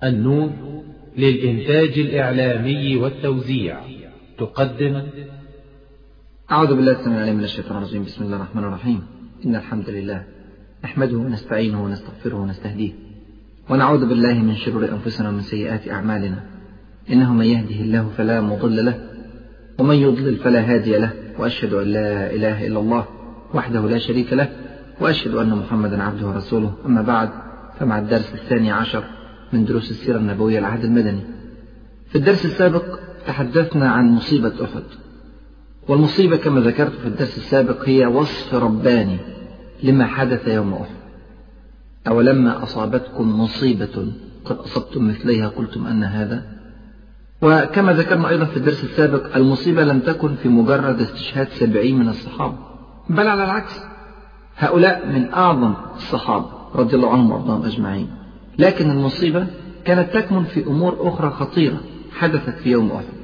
النور للإنتاج الإعلامي والتوزيع تقدم. أعوذ بالله السميع العليم من الشيطان الرجيم. بسم الله الرحمن الرحيم. إن الحمد لله نحمده ونستعينه ونستغفره ونستهديه، ونعوذ بالله من شرور أنفسنا ومن سيئات أعمالنا. إنه من يهده الله فلا مضل له، ومن يضلل فلا هادي له، وأشهد أن لا إله إلا الله وحده لا شريك له، وأشهد أن محمدا عبده ورسوله. أما بعد، فمع الدرس 12 من دروس السيرة النبوية العهد المدني. في الدرس السابق تحدثنا عن مصيبة أحد، والمصيبة كما ذكرت في الدرس السابق هي وصف رباني لما حدث يوم أحد. أولما أصابتكم مصيبة قد أصبتم مثليها قلتم أن هذا. وكما ذكرنا أيضا في الدرس السابق، المصيبة لم تكن في مجرد استشهاد 70 من الصحابة، بل على العكس، هؤلاء من أعظم الصحابة رضي الله عنهم وارضاهم أجمعين. لكن المصيبة كانت تكمن في أمور أخرى خطيرة حدثت في يوم أحد،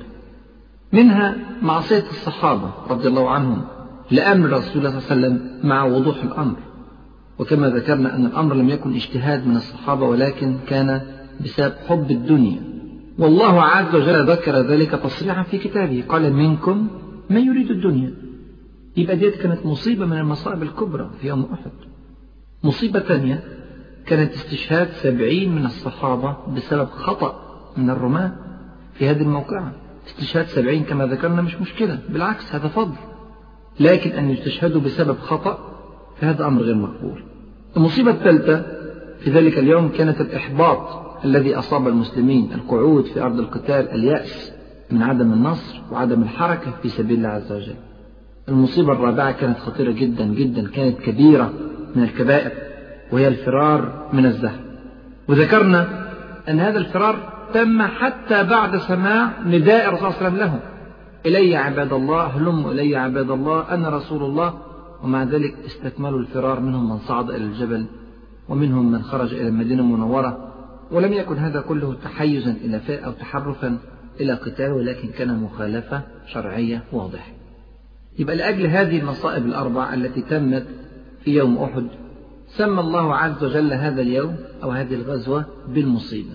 منها معصية الصحابة رضي الله عنهم لأمر رسول الله صلى الله عليه وسلم مع وضوح الأمر. وكما ذكرنا أن الأمر لم يكن اجتهاد من الصحابة، ولكن كان بسبب حب الدنيا، والله عز وجل ذكر ذلك تصريحا في كتابه، قال منكم من يريد الدنيا. يبقى ديت كانت مصيبة من المصائب الكبرى في يوم أحد. مصيبة ثانية كانت استشهاد 70 من الصحابة بسبب خطأ من الرماة في هذه الموقعة. استشهاد 70 كما ذكرنا مش مشكلة، بالعكس هذا فضل، لكن أن يستشهدوا بسبب خطأ فهذا أمر غير مقبول. المصيبة الثالثة في ذلك اليوم كانت الإحباط الذي أصاب المسلمين، القعود في أرض القتال، اليأس من عدم النصر وعدم الحركة في سبيل الله عز وجل. المصيبة الرابعة كانت خطيرة جدا جدا، كانت كبيرة من الكبائر، وهي الفرار من الزحف. وذكرنا أن هذا الفرار تم حتى بعد سماع نداء الرسول صلى الله عليه وسلم لهم: إلي عباد الله، هلموا إلي عباد الله، أنا رسول الله. ومع ذلك استكملوا الفرار، منهم من صعد إلى الجبل، ومنهم من خرج إلى المدينة المنورة. ولم يكن هذا كله تحيزا إلى فئة أو تحرفا إلى قتال، ولكن كان مخالفة شرعية واضحة. يبقى لأجل هذه المصائب الأربع التي تمت في يوم أحد، سمى الله عز وجل هذا اليوم أو هذه الغزوة بالمصيبة.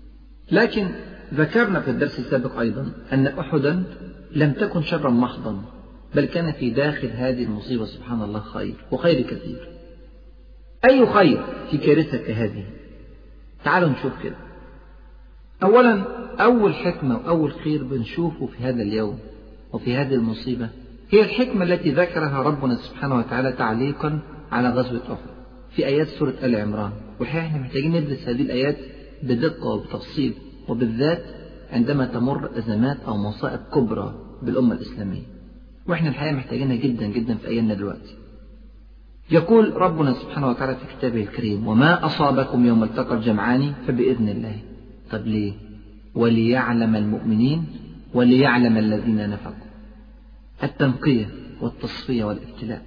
لكن ذكرنا في الدرس السابق أيضا أن أحدا لم تكن شرا محضا، بل كان في داخل هذه المصيبة سبحان الله خير، وخير كثير. أي خير في كارثة كهذه؟ تعالوا نشوف كده. أولا، أول حكمة وأول خير بنشوفه في هذا اليوم وفي هذه المصيبة هي الحكمة التي ذكرها ربنا سبحانه وتعالى تعليقا على غزوة أحد في آيات سورة آل عمران. والحقيقة احنا محتاجين ندرس هذه الآيات بدقة وبتفصيل، وبالذات عندما تمر أزمات أو مصائب كبرى بالأمة الإسلامية، وإحنا الحقيقة محتاجينها جدا جدا في أيامنا دلوقتي. يقول ربنا سبحانه وتعالى في كتابه الكريم: وما أصابكم يوم التقى الجمعان فبإذن الله. طب ليه؟ وليعلم المؤمنين وليعلم الذين نفقوا. التنقية والتصفية والابتلاء.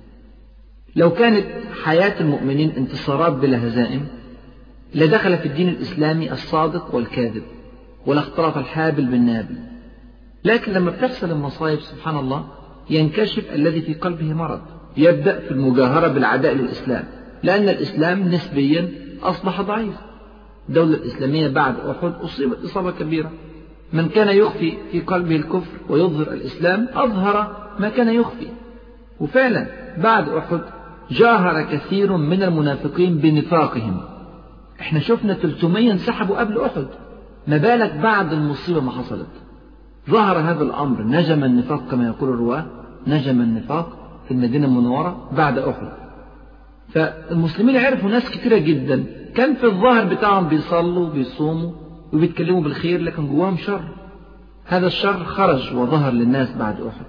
لو كانت حياة المؤمنين انتصارات بلا هزائم لدخل في الدين الإسلامي الصادق والكاذب، ولا اختلط الحابل بالنابل. لكن لما بتحصل المصائب سبحان الله ينكشف الذي في قلبه مرض، يبدأ في المجاهرة بالعداء للإسلام، لأن الإسلام نسبيا أصبح ضعيف. الدولة الإسلامية بعد أحد أصيبت إصابة كبيرة. من كان يخفي في قلبه الكفر ويظهر الإسلام أظهر ما كان يخفي. وفعلا بعد أحد جاهر كثير من المنافقين بنفاقهم. احنا شفنا 300 انسحبوا قبل أحد، ما بالك بعد المصيبة ما حصلت. ظهر هذا الأمر، نجم النفاق كما يقول الرواة، نجم النفاق في المدينة المنورة بعد أحد. فالمسلمين عرفوا ناس كثيرة جدا كان في الظاهر بتاعهم بيصلوا بيصوموا وبيتكلموا بالخير، لكن جواهم شر. هذا الشر خرج وظهر للناس بعد أحد.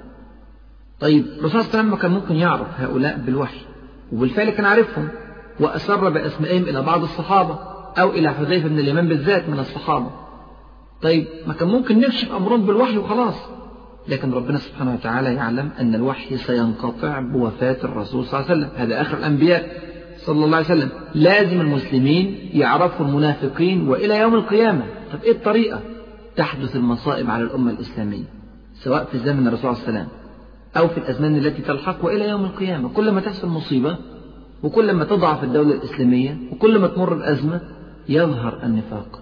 طيب الرسول صلى الله عليه وسلم كان ممكن يعرف هؤلاء بالوحي، وبالفعل كان عارفهم، وأسر بأسمائهم إلى بعض الصحابة أو إلى حذيفة بن اليمان بالذات من الصحابة. طيب ما كان ممكن نكشف أمرهم بالوحي وخلاص، لكن ربنا سبحانه وتعالى يعلم أن الوحي سينقطع بوفاة الرسول صلى الله عليه وسلم، هذا آخر الأنبياء صلى الله عليه وسلم. لازم المسلمين يعرفوا المنافقين وإلى يوم القيامة. طب إيه الطريقة؟ تحدث المصائب على الأمة الإسلامية سواء في زمن الرسول صلى الله عليه وسلم أو في الأزمان التي تلحق وإلى يوم القيامة. كل ما تحصل مصيبة وكل ما تضعف الدولة الإسلامية وكل ما تمر الأزمة يظهر النفاق،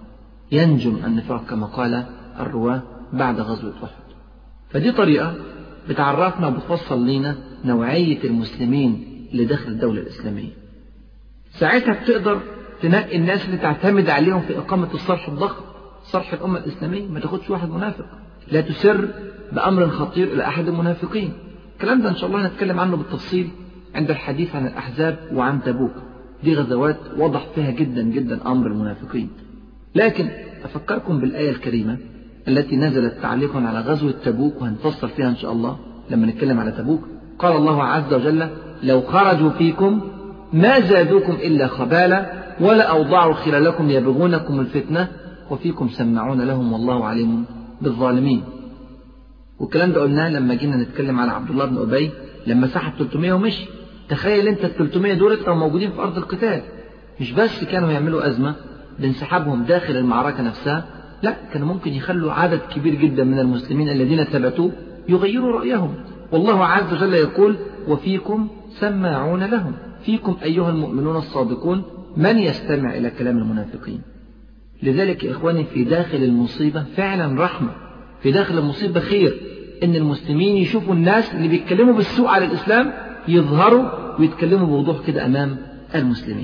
ينجم النفاق كما قال الرواة بعد غزوة أحد. فدي طريقة بتعرفنا وبتفصل لنا نوعية المسلمين اللي داخل الدولة الإسلامية. ساعتها بتقدر تنقي الناس اللي تعتمد عليهم في إقامة الصرح الضخم، صرح الأمة الإسلامية. ما تاخدش واحد منافق، لا تسر بأمر خطير إلى أحد المنافقين. الكلام ده إن شاء الله نتكلم عنه بالتفصيل عند الحديث عن الأحزاب وعن تبوك. دي غزوات وضح فيها جدا جدا أمر المنافقين. لكن أفكركم بالآية الكريمة التي نزلت تعليقا على غزوة تبوك، وهنفصل فيها إن شاء الله لما نتكلم على تبوك. قال الله عز وجل: لو خرجوا فيكم ما زادوكم إلا خبالا ولا أوضعوا خلالكم يبغونكم الفتنة وفيكم سماعون لهم والله عليم بالظالمين. والكلام ده قلناه لما جينا نتكلم على عبد الله بن أبي لما سحب 300 ومشي. تخيل انت ال 300 دول كانوا موجودين في أرض القتال، مش بس كانوا يعملوا أزمة بانسحابهم داخل المعركة نفسها، لا، كانوا ممكن يخلوا عدد كبير جدا من المسلمين الذين ثبتوا يغيروا رأيهم. والله عز وجل يقول: وفيكم سماعون لهم، فيكم أيها المؤمنون الصادقون من يستمع إلى كلام المنافقين. لذلك يا إخواني في داخل المصيبة فعلا رحمة، في داخل المصيبة خير، إن المسلمين يشوفوا الناس اللي بيتكلموا بالسوء على الإسلام يظهروا ويتكلموا بوضوح كده أمام المسلمين.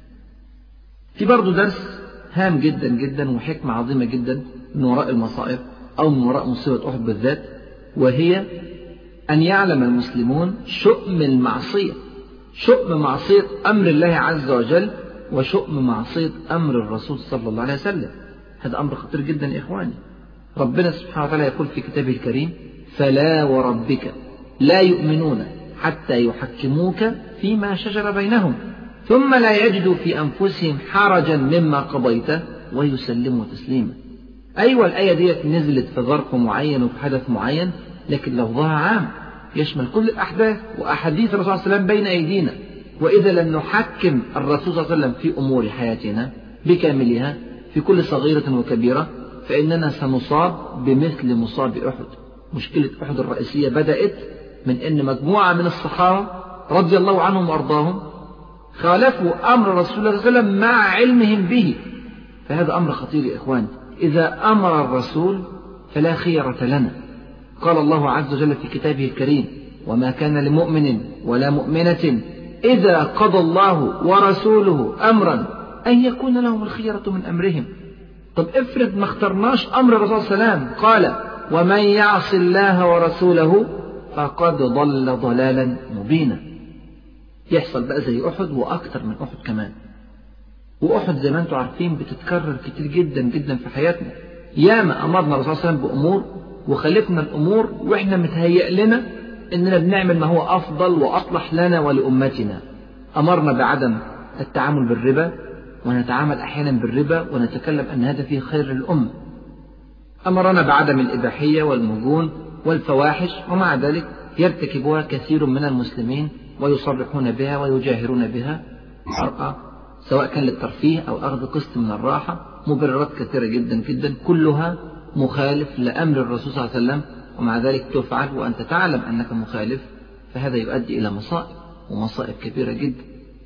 في برضو درس هام جدا جدا وحكمة عظيمة جدا من وراء المصائب أو من وراء مصيبة أحد بالذات، وهي أن يعلم المسلمون شؤم المعصية، شؤم معصية أمر الله عز وجل وشؤم معصية أمر الرسول صلى الله عليه وسلم. هذا أمر خطير جدا يا إخواني. ربنا سبحانه وتعالى يقول في كتابه الكريم: فلا وربك لا يؤمنون حتى يحكموك فيما شجر بينهم ثم لا يجدوا في أنفسهم حرجا مما قضيت ويسلموا تسليما. أيوة الآية دي نزلت في ظرف معين وفي حدث معين، لكن لفظها عام يشمل كل الأحداث وأحاديث الرسول صلى الله عليه وسلم بين أيدينا. وإذا لم نحكم الرسول صلى الله عليه وسلم في أمور حياتنا بكاملها في كل صغيرة وكبيرة فإننا سنصاب بمثل مصاب أحد. مشكلة أحد الرئيسية بدأت من أن مجموعة من الصحابة رضي الله عنهم وأرضاهم خالفوا أمر رسول الله صلى الله عليه وسلم مع علمهم به. فهذا أمر خطير يا إخوان. إذا أمر الرسول فلا خيرة لنا. قال الله عز وجل في كتابه الكريم: وما كان لمؤمن ولا مؤمنة إذا قضى الله ورسوله أمرا أن يكون لهم الخيرة من أمرهم. طب افرض ما اخترناش أمر الرسول صلى الله عليه وسلم، قال: ومن يعص الله ورسوله فقد ضل ضلالا مبينا. يحصل بقى زي أحد وأكثر من أحد كمان. وأحد زي ما انتم عارفين بتتكرر كتير جدا جدا في حياتنا. ياما أمرنا الرسول صلى الله عليه وسلم بأمور وخلفنا الأمور وإحنا متهيأ لنا إننا بنعمل ما هو أفضل وأصلح لنا ولأمتنا. أمرنا بعدم التعامل بالربا ونتعامل أحيانا بالربا ونتكلم أن هذا فيه خير للأمة. أمرنا بعدم الإباحية والمجون والفواحش، ومع ذلك يرتكبها كثير من المسلمين ويصرحون بها ويجاهرون بها المرأة، سواء كان للترفيه أو أخذ قسط من الراحة. مبررات كثيرة جدا جدا كلها مخالف لأمر الرسول صلى الله عليه وسلم، ومع ذلك تفعل وأنت تعلم أنك مخالف. فهذا يؤدي إلى مصائب ومصائب كبيرة جدا.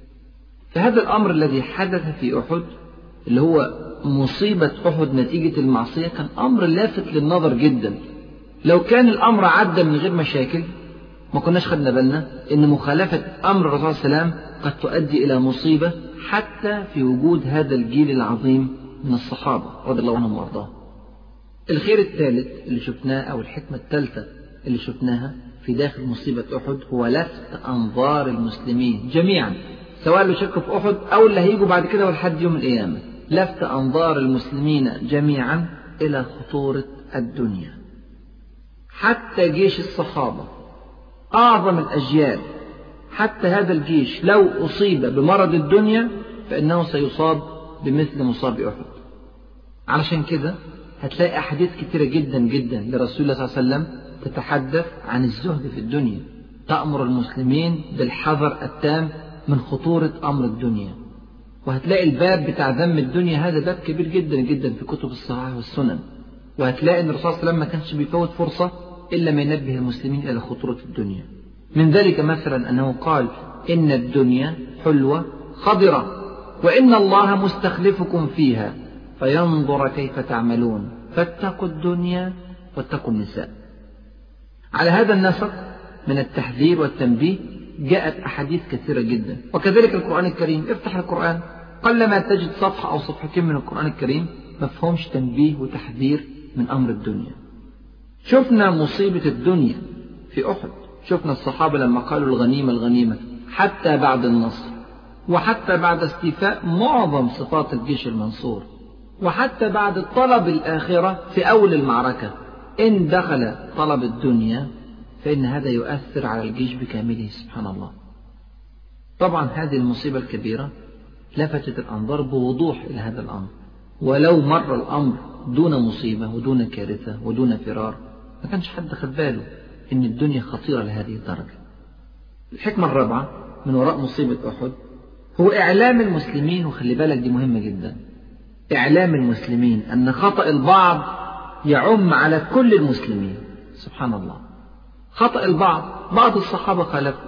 فهذا الأمر الذي حدث في أحد اللي هو مصيبة أحد نتيجة المعصية كان أمر لافت للنظر جدا. لو كان الأمر عدى من غير مشاكل ما كناش خدنا بالنا إن مخالفة أمر الرسول صلى الله عليه وسلم قد تؤدي إلى مصيبة حتى في وجود هذا الجيل العظيم من الصحابة رضي الله عنهم وارضاهم. الخير الثالث اللي شفناه أو الحكمة الثالثة اللي شفناها في داخل مصيبة أحد هو لفت أنظار المسلمين جميعا، سواء اللي شكوا في أحد أو اللي هيجوا بعد كده ولحد يوم القيامة. لفت أنظار المسلمين جميعا إلى خطورة الدنيا. حتى جيش الصحابة أعظم الأجيال، حتى هذا الجيش لو أصيب بمرض الدنيا فإنه سيصاب بمثل مصاب أحد. علشان كده هتلاقي أحاديث كثيرة جدا جدا لرسول الله صلى الله عليه وسلم تتحدث عن الزهد في الدنيا، تأمر المسلمين بالحذر التام من خطورة أمر الدنيا. وهتلاقي الباب بتاع ذم الدنيا هذا باب كبير جدا جدا في كتب الصحاح والسنن. وهتلاقي أن الرسول صلى الله عليه وسلم ما كانش بيفوت فرصة إلا ما ينبه المسلمين إلى خطورة الدنيا. من ذلك مثلا أنه قال: إن الدنيا حلوة خضرة وإن الله مستخلفكم فيها فينظر كيف تعملون فاتقوا الدنيا واتقوا النساء. على هذا النسق من التحذير والتنبيه جاءت أحاديث كثيرة جدا، وكذلك القرآن الكريم. افتح القرآن قلما تجد صفحة أو صفحتين من القرآن الكريم مفهومش تنبيه وتحذير من أمر الدنيا. شفنا مصيبة الدنيا في أحد، شفنا الصحابة لما قالوا الغنيمة الغنيمة حتى بعد النصر، وحتى بعد استيفاء معظم صفات الجيش المنصور، وحتى بعد طلب الآخرة في أول المعركة. إن دخل طلب الدنيا فإن هذا يؤثر على الجيش بكامله سبحان الله. طبعا هذه المصيبة الكبيرة لفتت الأنظار بوضوح إلى هذا الأمر، ولو مر الأمر دون مصيبة ودون كارثة ودون فرار ما كانش حد خد باله إن الدنيا خطيرة لهذه الدرجة. الحكمة الرابعة من وراء مصيبة أحد هو إعلام المسلمين، وخلي بالك دي مهمة جدا، إعلام المسلمين أن خطأ البعض يعم على كل المسلمين. سبحان الله، خطأ البعض، بعض الصحابة خالفوا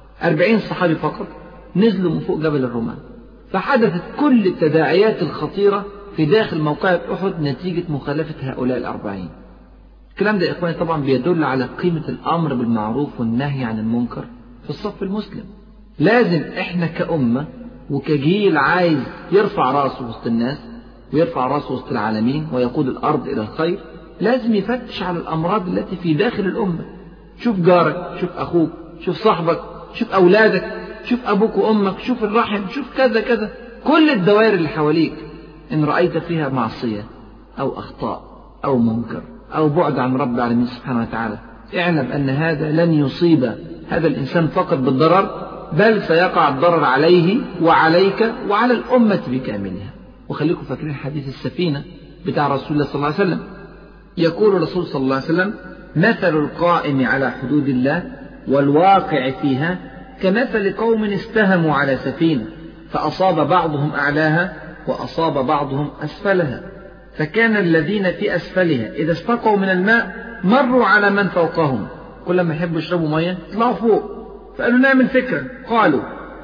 40 صحابي فقط نزلوا من فوق جبل الرماة، فحدثت كل التداعيات الخطيرة في داخل موقعة أحد نتيجة مخالفة هؤلاء 40. الكلام ده يا إخواني طبعا بيدل على قيمة الأمر بالمعروف والنهي عن المنكر في الصف المسلم. لازم إحنا كأمة وكجيل عايز يرفع راسه وسط الناس ويرفع راسه وسط العالمين ويقود الأرض إلى الخير، لازم يفتش على الأمراض التي في داخل الأمة. شوف جارك، شوف أخوك، شوف صاحبك، شوف أولادك، شوف أبوك وأمك، شوف الرحم، شوف كذا كذا، كل الدوائر اللي حواليك إن رأيت فيها معصية أو أخطاء أو منكر أو بعد عن رب العالمين سبحانه وتعالى، اعلم أن هذا لن يصيب هذا الإنسان فقط بالضرر، بل سيقع الضرر عليه وعليك وعلى الأمة بكاملها. وخليكم فاكرين حديث السفينة بتاع رسول الله صلى الله عليه وسلم. يقول الرسول صلى الله عليه وسلم: مثل القائم على حدود الله والواقع فيها كمثل قوم استهموا على سفينة فأصاب بعضهم أعلاها وأصاب بعضهم أسفلها، فكان الذين في أسفلها إذا استقوا من الماء مروا على من فوقهم، كل ما يحبوا يشربوا مية يطلعوا فوق، فقالوا نعمل فكرة، قالوا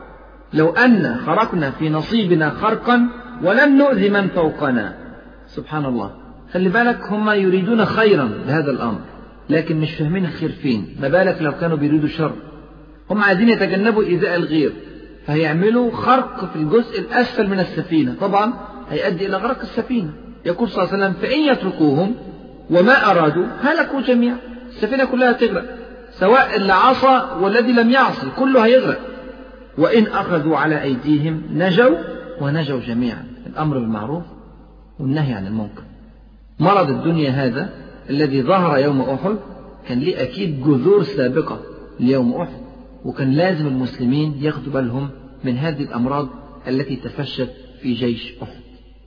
لو أن خرقنا في نصيبنا خرقا ولم نؤذي من فوقنا. سبحان الله، خلي بالك هم يريدون خيرا لهذا الأمر لكن مش فاهمين الخير فين، ما بالك لو كانوا بيريدوا شر. هم عايزين يتجنبوا إيذاء الغير فهيعملوا خرق في الجزء الأسفل من السفينة، طبعا هيؤدي إلى غرق السفينة. يقول صلى الله عليه وسلم: فإن يتركوهم وما أرادوا هلكوا جميعا، السفينة كلها تغرق، سواء اللي عصى والذي لم يعصي كله هيغرق. وإن أخذوا على أيديهم نجوا ونجوا جميعا. الأمر بالمعروف والنهي عن المنكر. مرض الدنيا هذا الذي ظهر يوم أحد كان ليه أكيد جذور سابقة ليوم أحد، وكان لازم المسلمين ياخدوا بالهم من هذه الأمراض التي تفشت في جيش أحد.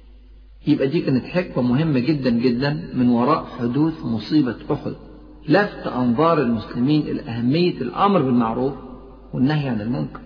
يبقى دي كانت حكمة مهمة جدا جدا من وراء حدوث مصيبة أحد، لفت أنظار المسلمين إلى أهمية الأمر بالمعروف والنهي عن المنكر.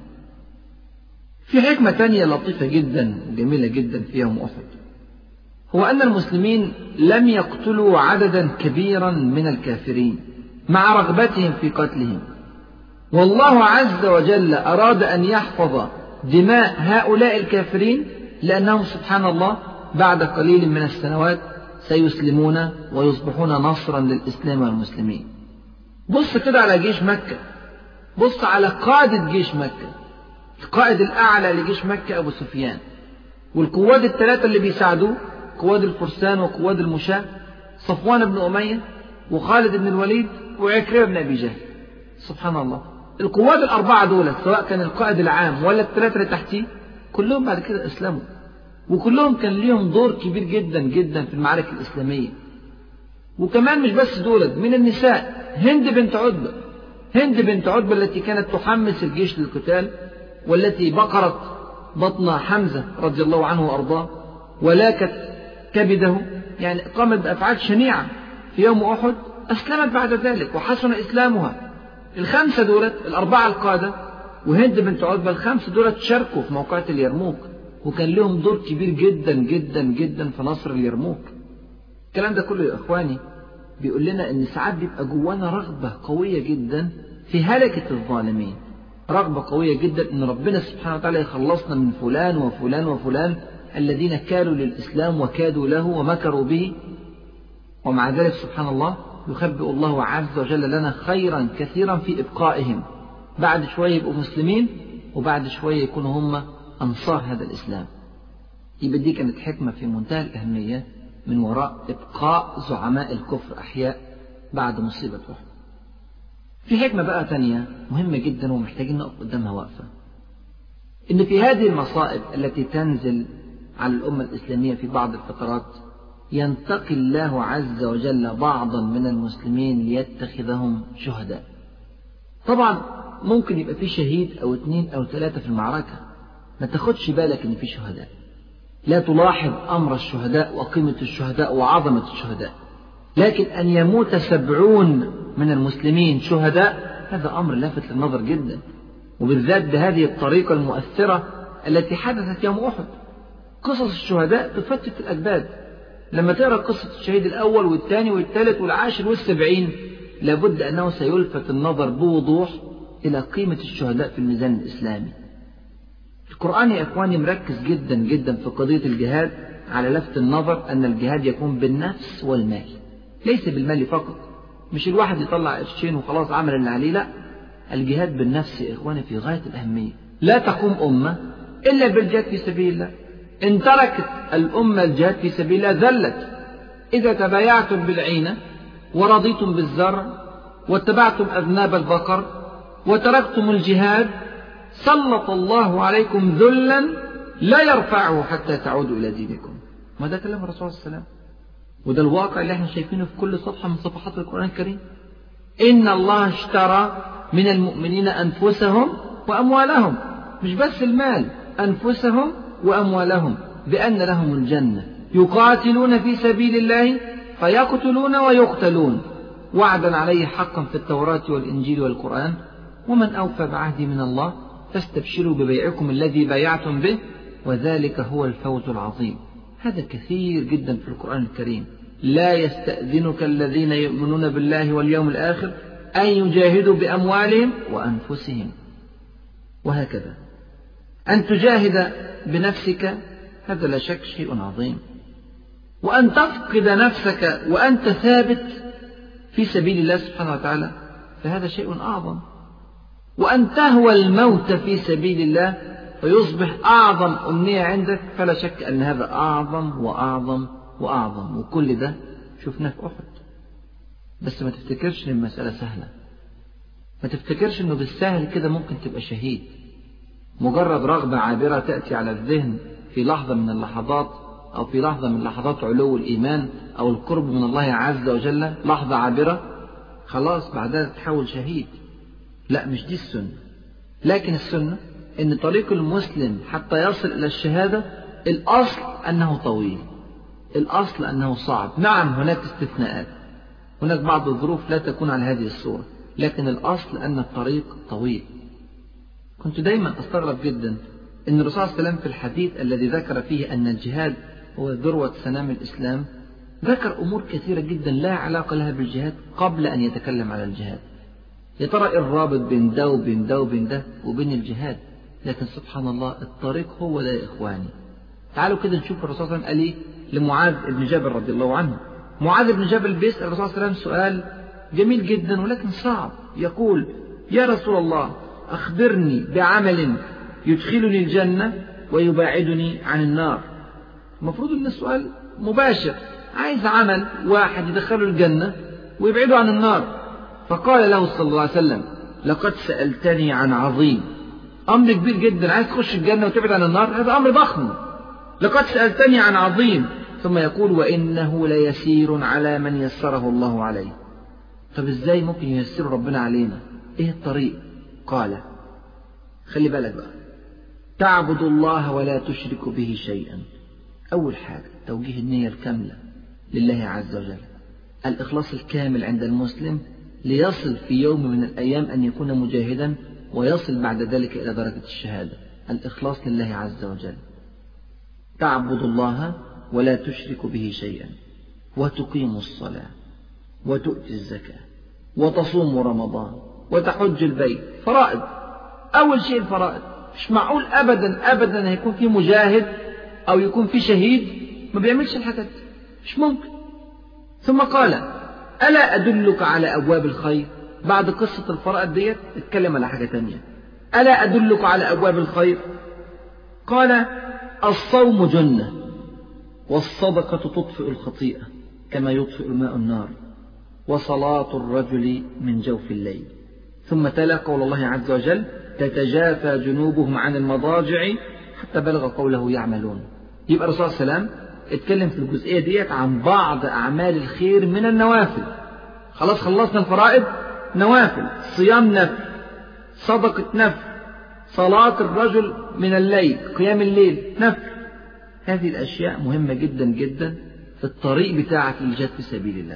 في حكمة تانية لطيفة جدا وجميلة جدا في يوم أحد، هو أن المسلمين لم يقتلوا عددا كبيرا من الكافرين مع رغبتهم في قتلهم، والله عز وجل أراد أن يحفظ دماء هؤلاء الكافرين لأنهم سبحان الله بعد قليل من السنوات سيسلمون ويصبحون نصرا للإسلام والمسلمين. بص كده على جيش مكة، بص على قادة جيش مكة، القائد الأعلى لجيش مكة أبو سفيان، والقواد الثلاثة اللي بيساعدوه، قواد الفرسان وقواد المشاة، صفوان بن أمية وخالد بن الوليد وعكرمة بن أبي جهل. سبحان الله، القواد الأربعة دول سواء كان القائد العام ولا الثلاثة اللي تحتيه كلهم بعد كده أسلموا، وكلهم كان ليهم دور كبير جدا جدا في المعارك الإسلامية. وكمان مش بس دول، من النساء هند بنت عتبة التي كانت تحمس الجيش للقتال، والتي بقرت بطن حمزة رضي الله عنه وأرضاه ولاكت كبده، يعني قامت بأفعال شنيعة في يوم أحد، أسلمت بعد ذلك وحسن إسلامها. الخمسة دولت، الأربعة القادة وهند بنت عتبة، الخمسة دولت شاركوا في موقعة اليرموك وكان لهم دور كبير جدا جدا جدا في نصر اليرموك. الكلام ده كله يا إخواني بيقول لنا إن ساعات بيبقى جوانا رغبة قوية جدا في هلكة الظالمين، رغبة قوية جدا إن ربنا سبحانه وتعالى يخلصنا من فلان وفلان وفلان الذين كالوا للإسلام وكادوا له ومكروا به، ومع ذلك سبحان الله يخبئ الله عز وجل لنا خيرا كثيرا في إبقائهم، بعد شوية يبقوا مسلمين وبعد شوية يكونوا هم أنصار هذا الإسلام. يبقى دي كانت حكمة في منتهى الأهمية من وراء إبقاء زعماء الكفر أحياء بعد مصيبة أحد. في حكمة بقى تانية مهمة جدا ومحتاجين نقف قدامها وقفة، إن في هذه المصائب التي تنزل على الأمة الإسلامية في بعض الفترات ينتقي الله عز وجل بعضا من المسلمين ليتخذهم شهداء. طبعا ممكن يبقى في شهيد أو 2 أو 3 في المعركة، ما تاخدش بالك إن في شهداء، لا تلاحظ أمر الشهداء وقيمة الشهداء وعظمة الشهداء، لكن أن يموت 70 من المسلمين شهداء هذا أمر لافت للنظر جدا، وبالذات بهذه الطريقة المؤثرة التي حدثت يوم أحد. قصص الشهداء تفتت الأكباد. لما تقرأ قصة الشهيد الأول والثاني والثالث والعاشر والسبعين لابد أنه سيلفت النظر بوضوح إلى قيمة الشهداء في الميزان الإسلامي. القرآن يا إخواني مركز جدا جدا في قضية الجهاد على لفت النظر أن الجهاد يكون بالنفس والمال، ليس بالمال فقط. مش الواحد يطلع قرشين وخلاص عمل اللي عليه، لا، الجهاد بالنفس يا إخواني في غاية الأهمية. لا تقوم أمة إلا بالجهاد في سبيل الله. إن تركت الأمة الجهاد في سبيل الله ذلت. إذا تبايعتم بالعينة ورضيتم بالزرع واتبعتم أذناب البقر وتركتم الجهاد سلط الله عليكم ذلا لا يرفعه حتى تعودوا إلى دينكم. ما ده كلام الرسول صلى الله عليه وسلم، وده الواقع اللي احنا شايفينه في كل صفحة من صفحات القرآن الكريم. إن الله اشترى من المؤمنين أنفسهم وأموالهم، مش بس المال، أنفسهم وأموالهم بأن لهم الجنة يقاتلون في سبيل الله فيقتلون ويقتلون وعدا عليه حقا في التوراة والإنجيل والقرآن ومن أوفى بعهده من الله فاستبشروا ببيعكم الذي بايعتم به وذلك هو الفوز العظيم. هذا كثير جدا في القرآن الكريم. لا يستأذنك الذين يؤمنون بالله واليوم الآخر أن يجاهدوا بأموالهم وأنفسهم. وهكذا أن تجاهد بنفسك هذا لا شك شيء عظيم، وأن تفقد نفسك وأنت ثابت في سبيل الله سبحانه وتعالى فهذا شيء أعظم، وأن تهوى الموت في سبيل الله فيصبح أعظم أمنية عندك فلا شك أن هذا أعظم وأعظم وأعظم. وكل ده شفناه في أحد. بس ما تفتكرش إن المسألة سهلة، ما تفتكرش إنه بالسهل كده ممكن تبقى شهيد. مجرد رغبة عابرة تأتي على الذهن في لحظة من اللحظات أو في لحظة من لحظات علو الإيمان أو القرب من الله عز وجل، لحظة عابرة خلاص بعدها تتحول شهيد. لا، مش دي السنة. لكن السنة إن طريق المسلم حتى يصل إلى الشهادة الأصل أنه طويل، الأصل أنه صعب. نعم هناك استثناءات، هناك بعض الظروف لا تكون على هذه الصورة، لكن الأصل أن الطريق طويل. كنت دايما أستغرب جدا أن الرسول صلى الله عليه وسلم في الحديث الذي ذكر فيه أن الجهاد هو ذروة سنام الإسلام ذكر أمور كثيرة جدا لا علاقة لها بالجهاد قبل أن يتكلم على الجهاد. يا ترى الرابط بين ده وبين ده وبين ده وبين الجهاد؟ لكن سبحان الله الطريق هو ده يا إخواني. تعالوا كده نشوف الرسول صلى الله عليه وسلم قال إيه لمعاذ بن جبل رضي الله عنه. معاذ بن جبل بيسأل الرسول صلى الله عليه وسلم سؤال جميل جدا ولكن صعب. يقول: يا رسول الله أخبرني بعمل يدخلني الجنة ويباعدني عن النار. المفروض أن السؤال مباشر، عايز عمل واحد يدخله الجنة ويبعده عن النار. فقال له صلى الله عليه وسلم: لقد سألتني عن عظيم. أمر كبير جدا، عايز تخش الجنة وتبعد عن النار، هذا أمر ضخم. لقد سألتني عن عظيم. ثم يقول: وإنه ليسير على من يسره الله عليه. طب إزاي ممكن ييسر ربنا علينا؟ إيه الطريق؟ قال: خلي بالك بقى، تعبد الله ولا تشرك به شيئا. أول حاجة توجيه النية الكاملة لله عز وجل، الإخلاص الكامل عند المسلم ليصل في يوم من الأيام أن يكون مجاهدا ويصل بعد ذلك إلى درجة الشهادة. الإخلاص لله عز وجل، تعبد الله ولا تشرك به شيئا وتقيم الصلاة وتؤتي الزكاة وتصوم رمضان وتحج البيت. فرائض. أول شيء الفرائض. مش معقول أبدا أبدا هيكون في مجاهد أو يكون في شهيد ما بيعملش الحاجات دي، مش ممكن. ثم قال: ألا أدلك على أبواب الخير؟ بعد قصة الفرائض ديت اتكلم على حاجة تانية. ألا أدلك على أبواب الخير؟ قال: الصوم جنة، والصدقة تطفئ الخطيئة كما يطفئ الماء النار، وصلاة الرجل من جوف الليل. ثم تلا قول الله عز وجل: تتجافى جنوبهم عن المضاجع حتى بلغ قوله يعملون. يبقى الرسول صلى الله عليه وسلم اتكلم في الجزئية ديت عن بعض أعمال الخير من النوافل. خلاص خلصنا الفرائض، نوافل: صيام نفل، صدقة نفل، صلاة الرجل من الليل، قيام الليل نفل. هذه الأشياء مهمة جدا جدا في الطريق بتاعك للجهاد في سبيل الله.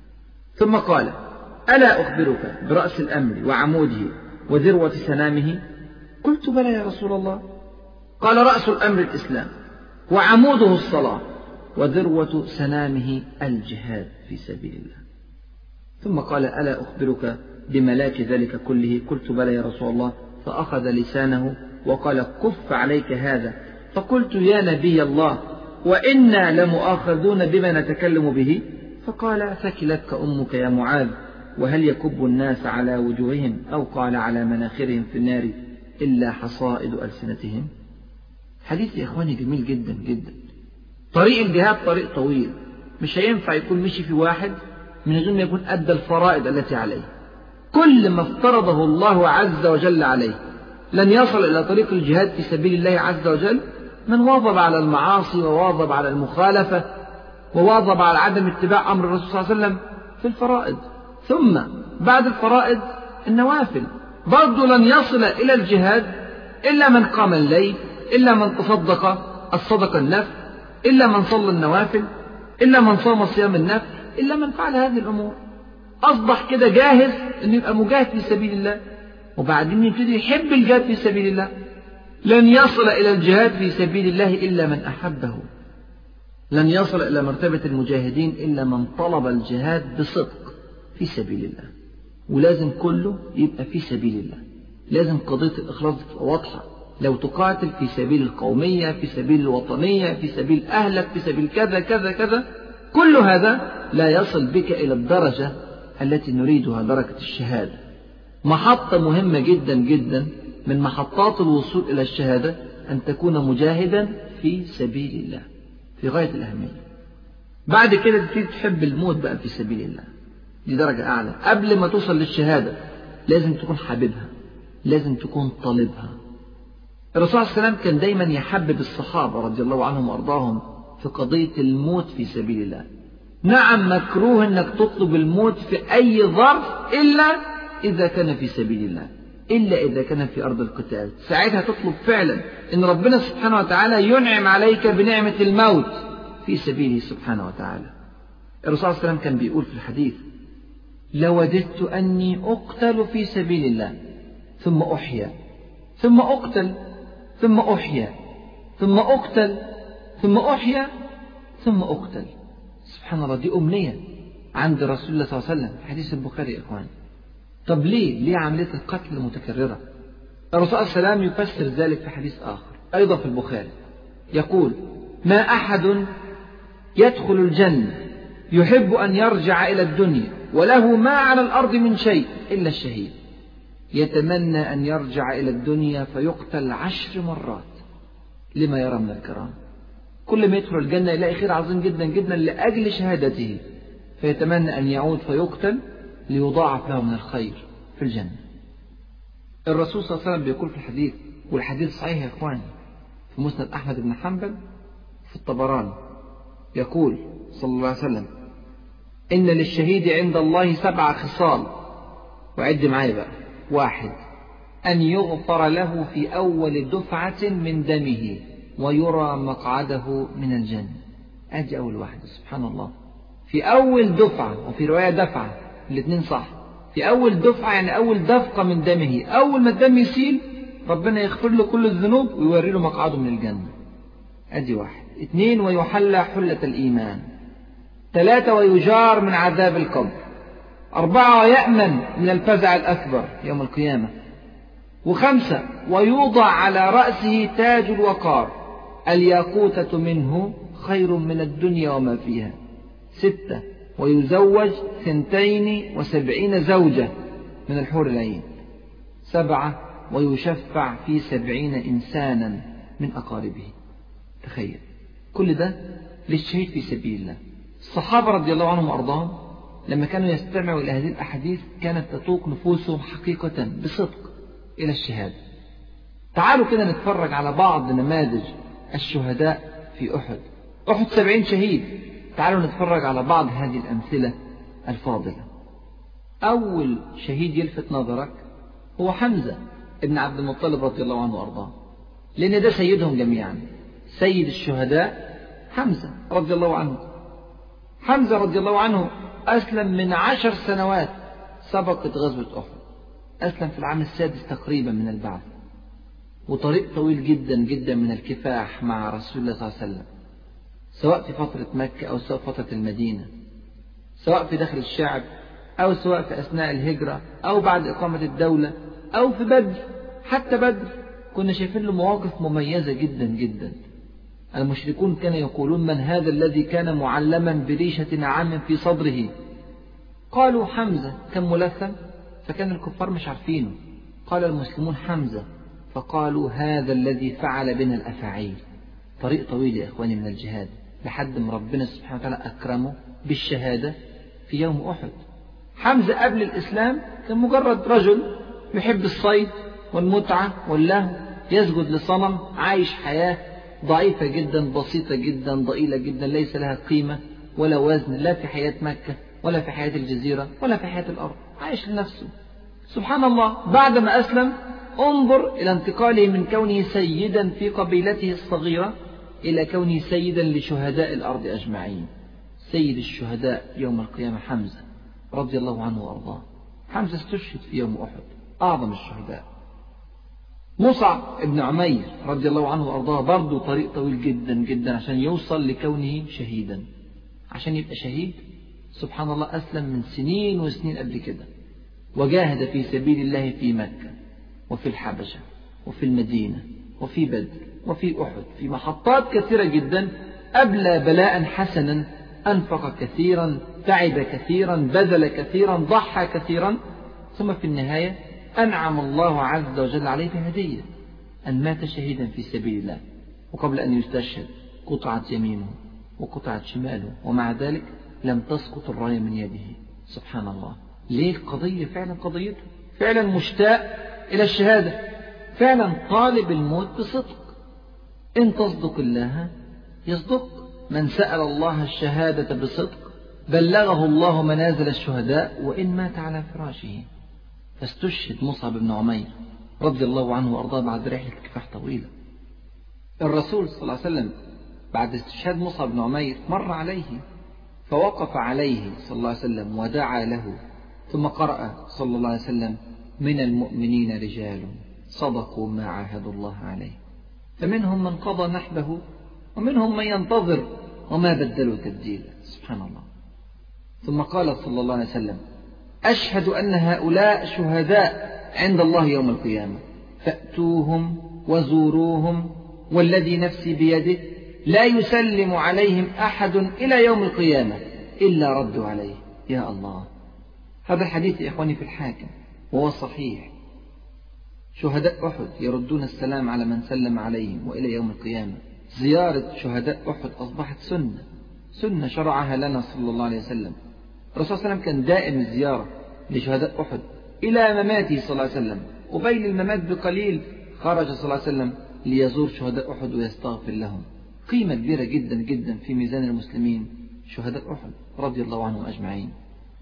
ثم قال: ألا أخبرك برأس الأمر وعموده وذروة سنامه؟ قلت: بلى يا رسول الله. قال: رأس الأمر الإسلام، وعموده الصلاة، وذروة سنامه الجهاد في سبيل الله. ثم قال: ألا أخبرك بملاك ذلك كله؟ قلت: بلى يا رسول الله. فأخذ لسانه وقال: كف عليك هذا. فقلت: يا نبي الله، وإنا لمؤاخذون بما نتكلم به؟ فقال: ثكلتك أمك يا معاذ، وهل يكب الناس على وجوههم أو قال على مناخرهم في النار إلا حصائد ألسنتهم؟ حديث يا إخواني جميل جدا جدا. طريق الجهاد طريق طويل، مش هينفع يكون مشي في واحد من غير ما يكون أدى الفرائض التي عليه. كل ما افترضه الله عز وجل عليه لن يصل إلى طريق الجهاد في سبيل الله عز وجل من واظب على المعاصي، وواظب على المخالفة، وواظب على عدم اتباع أمر الرسول صلى الله عليه وسلم في الفرائض. ثم بعد الفرائض النوافل. برضو لن يصل إلى الجهاد إلا من قام الليل، إلا من تصدق الصدقة النفل، إلا من صلى النوافل، إلا من صام صيام النفل، إلا من فعل هذه الأمور. أصبح كده جاهز أن يبقى مجاهد في سبيل الله، وبعدين يبتدي يحب الجهاد في سبيل الله. لن يصل إلى الجهاد في سبيل الله إلا من أحبه. لن يصل إلى مرتبة المجاهدين إلا من طلب الجهاد بصدق في سبيل الله. ولازم كله يبقى في سبيل الله. لازم قضية الإخلاص تبقى واضحة. لو تقاتل في سبيل القومية، في سبيل الوطنية، في سبيل أهلك، في سبيل كذا كذا كذا، كل هذا لا يصل بك إلى الدرجة التي نريدها، درجة الشهادة. محطة مهمة جدا جدا من محطات الوصول إلى الشهادة أن تكون مجاهدا في سبيل الله في غاية الأهمية. بعد كده تبتدي تحب الموت بقى في سبيل الله، دي درجة أعلى. قبل ما توصل للشهادة لازم تكون حاببها، لازم تكون طالبها. الرسول صلى الله عليه وسلم كان دايما يحبب الصحابة رضي الله عنهم وأرضاهم في قضية الموت في سبيل الله. نعم مكروه أنك تطلب الموت في أي ظرف إلا إذا كان في سبيل الله، إلا إذا كان في أرض القتال. ساعتها تطلب فعلا أن ربنا سبحانه وتعالى ينعم عليك بنعمة الموت في سبيله سبحانه وتعالى. الرسول صلى الله عليه وسلم كان بيقول في الحديث: لوددت أني أقتل في سبيل الله ثم أحيا، ثم أقتل، ثم أحيا، ثم أقتل، ثم أحيا، ثم أقتل. سبحان الله، دي أمنية عند رسول الله صلى الله عليه وسلم في حديث البخاري يا إخوان. طب ليه عملية القتل المتكررة؟ الرسول صلى الله عليه وسلم يفسر ذلك في حديث آخر أيضا في البخاري، يقول: ما أحد يدخل الجنة يحب أن يرجع إلى الدنيا وله ما على الأرض من شيء إلا الشهيد، يتمنى أن يرجع إلى الدنيا فيقتل 10 مرات لما يرى من الكرامة. كل ما يدخل الجنة يلاقي خير عظيم جدا جدا لأجل شهادته، فيتمنى أن يعود فيقتل ليضاعف له من الخير في الجنة. الرسول صلى الله عليه وسلم بيقول في الحديث، والحديث صحيح يا إخواني، في مسند أحمد بن حنبل في الطبراني، يقول صلى الله عليه وسلم: إن للشهيد عند الله 7 خصال، وعد معايا بقى: 1. أن يغفر له في أول دفعة من دمه ويرى مقعده من الجنة. أدي أول واحدة. سبحان الله، في أول دفعة، وفي رواية دفعة، الاثنين صح. في أول دفعة يعني أول دفقة من دمه، أول ما الدم يسيل ربنا يغفر له كل الذنوب ويوري له مقعده من الجنة. أدي 1. 2. ويحلى حلة الإيمان. 3. ويجار من عذاب القبر. 4. ويأمن من الفزع الأكبر يوم القيامة. 5. ويوضع على رأسه تاج الوقار الياقوتة منه خير من الدنيا وما فيها. 6 ويزوج 72 زوجة من الحور العين. 7 ويشفع في 70 إنسانا من أقاربه. تخيل كل ده للشهيد في سبيل الله. الصحابة رضي الله عنهم وأرضاهم لما كانوا يستمعوا إلى هذه الأحاديث كانت تطوق نفوسهم حقيقة بصدق إلى الشهادة. تعالوا كده نتفرج على بعض نماذج الشهداء في أحد. 70 شهيد. تعالوا نتفرج على بعض هذه الأمثلة الفاضلة. أول شهيد يلفت نظرك هو حمزة ابن عبد المطلب رضي الله عنه وأرضاه، لأن ده سيدهم جميعا. سيد الشهداء حمزة رضي الله عنه. حمزة رضي الله عنه أسلم من 10 سنوات سبقت غزوة أحد. أسلم في العام 6 تقريبا من البعث، وطريق طويل جدا جدا من الكفاح مع رسول الله صلى الله عليه وسلم، سواء في فترة مكة أو سواء فترة المدينة، سواء في داخل الشعب أو سواء في أثناء الهجرة أو بعد إقامة الدولة أو في بدر. حتى بدر كنا شايفين له مواقف مميزة جدا جدا. المشركون كانوا يقولون: من هذا الذي كان معلما بريشة نعام في صدره؟ قالوا: حمزة. كان ملثم فكان الكفار مش عارفينه. قال المسلمون: حمزة. فقالوا: هذا الذي فعل بنا الأفاعيل. طريق طويل يا إخواني من الجهاد لحد ما ربنا سبحانه وتعالى أكرمه بالشهادة في يوم أحد. حمزة قبل الإسلام كان مجرد رجل يحب الصيد والمتعة واللهو، يسجد لصنم، عايش حياة ضعيفة جدا، بسيطة جدا، ضئيلة جدا، ليس لها قيمة ولا وزن، لا في حياة مكة ولا في حياة الجزيرة ولا في حياة الأرض، عايش لنفسه. سبحان الله، بعدما أسلم انظر إلى انتقاله من كونه سيدا في قبيلته الصغيرة إلى كونه سيدا لشهداء الأرض أجمعين. سيد الشهداء يوم القيامة حمزة رضي الله عنه وأرضاه. حمزة استشهد في يوم أحد، أعظم الشهداء. مصعب ابن عمير رضي الله عنه وأرضاه برضه طريق طويل جدا جدا عشان يوصل لكونه شهيدا. عشان يبقى شهيد سبحان الله أسلم من سنين وسنين قبل كده، وجاهد في سبيل الله في مكة وفي الحبشة وفي المدينة وفي بدر وفي أحد، في محطات كثيرة جدا، أبلى بلاء حسنا، أنفق كثيرا، تعب كثيرا، بذل كثيرا، ضحى كثيرا، ثم في النهاية أنعم الله عز وجل عليه بهدية أن مات شهيدا في سبيل الله. وقبل أن يستشهد قطعت يمينه وقطعت شماله، ومع ذلك لم تسقط الراية من يده. سبحان الله. ليه؟ قضية فعلا قضيته، فعلا مشتاق إلى الشهادة، فعلا طالب الموت بصدق. إن تصدق الله يصدق. من سأل الله الشهادة بصدق بلغه الله منازل الشهداء وإن مات على فراشه. فاستشهد مصعب بن عمير رضي الله عنه وأرضاه بعد رحلة كفاح طويلة. الرسول صلى الله عليه وسلم بعد استشهاد مصعب بن عمير مر عليه فوقف عليه صلى الله عليه وسلم ودعا له، ثم قرأ صلى الله عليه وسلم: من المؤمنين رجال صدقوا ما عاهدوا الله عليه، فمنهم من قضى نحبه ومنهم من ينتظر وما بدلوا تبديلا. سبحان الله. ثم قال صلى الله عليه وسلم: أشهد أن هؤلاء شهداء عند الله يوم القيامة، فأتوهم وزوروهم، والذي نفسي بيده لا يسلم عليهم أحد إلى يوم القيامة إلا ردوا عليه. يا الله، هذا الحديث يا إخواني في الحاكم وهو صحيح. شهداء أحد يردون السلام على من سلم عليهم وإلى يوم القيامة. زيارة شهداء أحد أصبحت سنة شرعها لنا صلى الله عليه وسلم. الرسول صلى الله عليه وسلم كان دائم الزيارة لشهداء أحد إلى مماته صلى الله عليه وسلم، وبين الممات بقليل خرج صلى الله عليه وسلم ليزور شهداء أحد ويستغفر لهم. قيمة كبيرة جدا جدا في ميزان المسلمين شهداء أحد رضي الله عنهم أجمعين.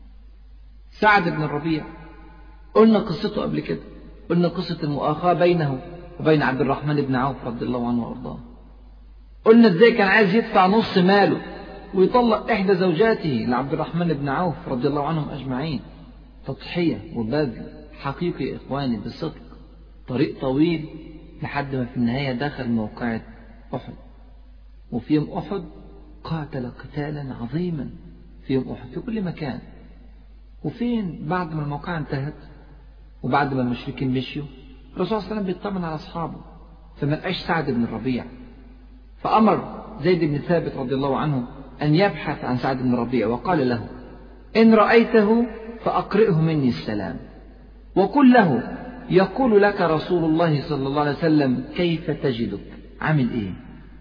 سعد بن الربيع قلنا قصته قبل كده، قلنا قصة المؤاخاة بينه وبين عبد الرحمن بن عوف رضي الله عنه وأرضاه. قلنا ازاي كان عايز يدفع نص ماله ويطلق إحدى زوجاته لعبد الرحمن بن عوف رضي الله عنهم أجمعين. تضحية وبذل حقيقي يا إخواني بصدق. طريق طويل لحد ما في النهاية دخل موقعة أحد. وفي يوم أحد قاتل قتالا عظيما في يوم أحد في كل مكان. وفين بعد ما الموقعة انتهت وبعد ما المشركين مشيوا، الرسول صلى الله عليه وسلم بيطمن على أصحابه، فما لقاش سعد بن الربيع. فأمر زيد بن ثابت رضي الله عنه أن يبحث عن سعد بن الربيع، وقال له: إن رأيته فأقرئه مني السلام، وقل له: يقول لك رسول الله صلى الله عليه وسلم كيف تجدك، عامل إيه؟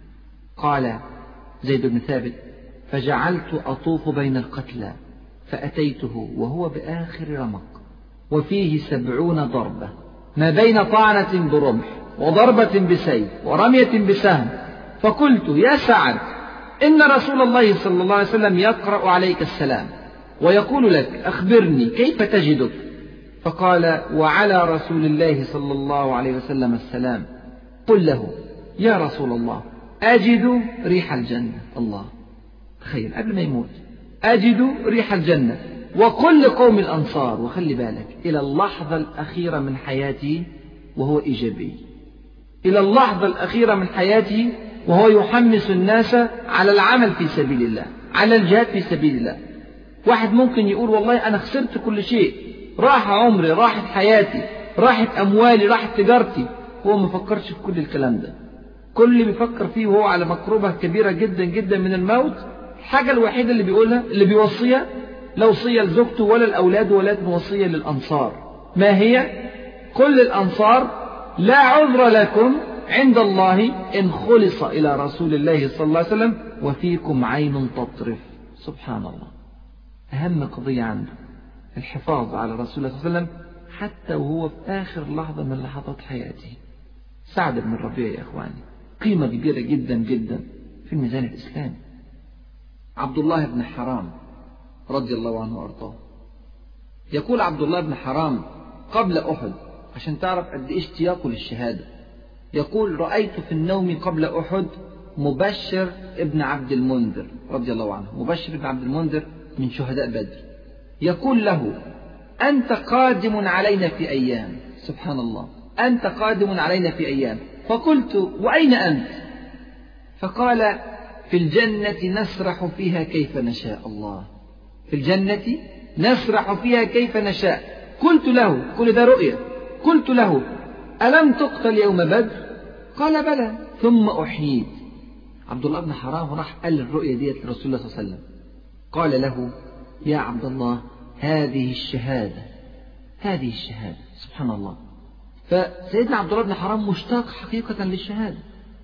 قال زيد بن ثابت: فجعلت أطوف بين القتلى، فأتيته وهو بآخر رمق، وفيه 70 ضربة، ما بين طعنة برمح وضربة بسيف ورمية بسهم، فقلت: يا سعد، إن رسول الله صلى الله عليه وسلم يقرأ عليك السلام ويقول لك: أخبرني كيف تجدك. فقال: وعلى رسول الله صلى الله عليه وسلم السلام. قل له: يا رسول الله، أجد ريح الجنة. الله، تخيل قبل ما يموت: أجد ريح الجنة. وقل لقوم الأنصار، وخلي بالك إلى اللحظة الأخيرة من حياته وهو إيجابي، إلى اللحظة الأخيرة من حياته وهو يحمس الناس على العمل في سبيل الله، على الجهاد في سبيل الله. واحد ممكن يقول: والله أنا خسرت كل شيء، راح عمري، راحت حياتي، راحت أموالي، راحت تجارتي. هو ما فكرش في كل الكلام ده. كل اللي بيفكر فيه وهو على مقربة كبيرة جدا جدا من الموت، الحاجة الوحيدة اللي بيقولها، اللي بيوصيها، لا وصية لزوجته ولا الأولاد، ولكن وصية للأنصار. ما هي؟ كل الأنصار: لا عذر لكم عند الله إن خلص إلى رسول الله صلى الله عليه وسلم وفيكم عين تطرف. سبحان الله، أهم قضية عنده الحفاظ على رسول الله صلى الله عليه وسلم حتى وهو في آخر لحظة من لحظات حياته. سعد بن الربيع يا إخواني قيمة كبيرة جدا جدا في الميزان الإسلامي. عبد الله بن حرام رضي الله عنه وأرضاه، يقول عبد الله بن حرام قبل أحد، عشان تعرف قد إيش اشتياقه للشهادة، يقول: رأيت في النوم قبل أحد مبشر ابن عبد المنذر رضي الله عنه. مبشر ابن عبد المنذر من شهداء بدر. يقول له: أنت قادم علينا في أيام. سبحان الله، أنت قادم علينا في أيام. فقلت: وأين أنت؟ فقال: في الجنة نسرح فيها كيف نشاء. الله، في الجنة نسرح فيها كيف نشاء. قلت له، كل ده رؤيا، قلت له: ألم تقتل يوم بدر؟ قال: بلى، ثم أحييت. عبد الله بن حرام راح قال الرؤيا ديت لرسول الله صلى الله عليه وسلم، قال له: يا عبد الله، هذه الشهادة، هذه الشهادة. سبحان الله. فسيدنا عبد الله بن حرام مشتاق حقيقة للشهادة،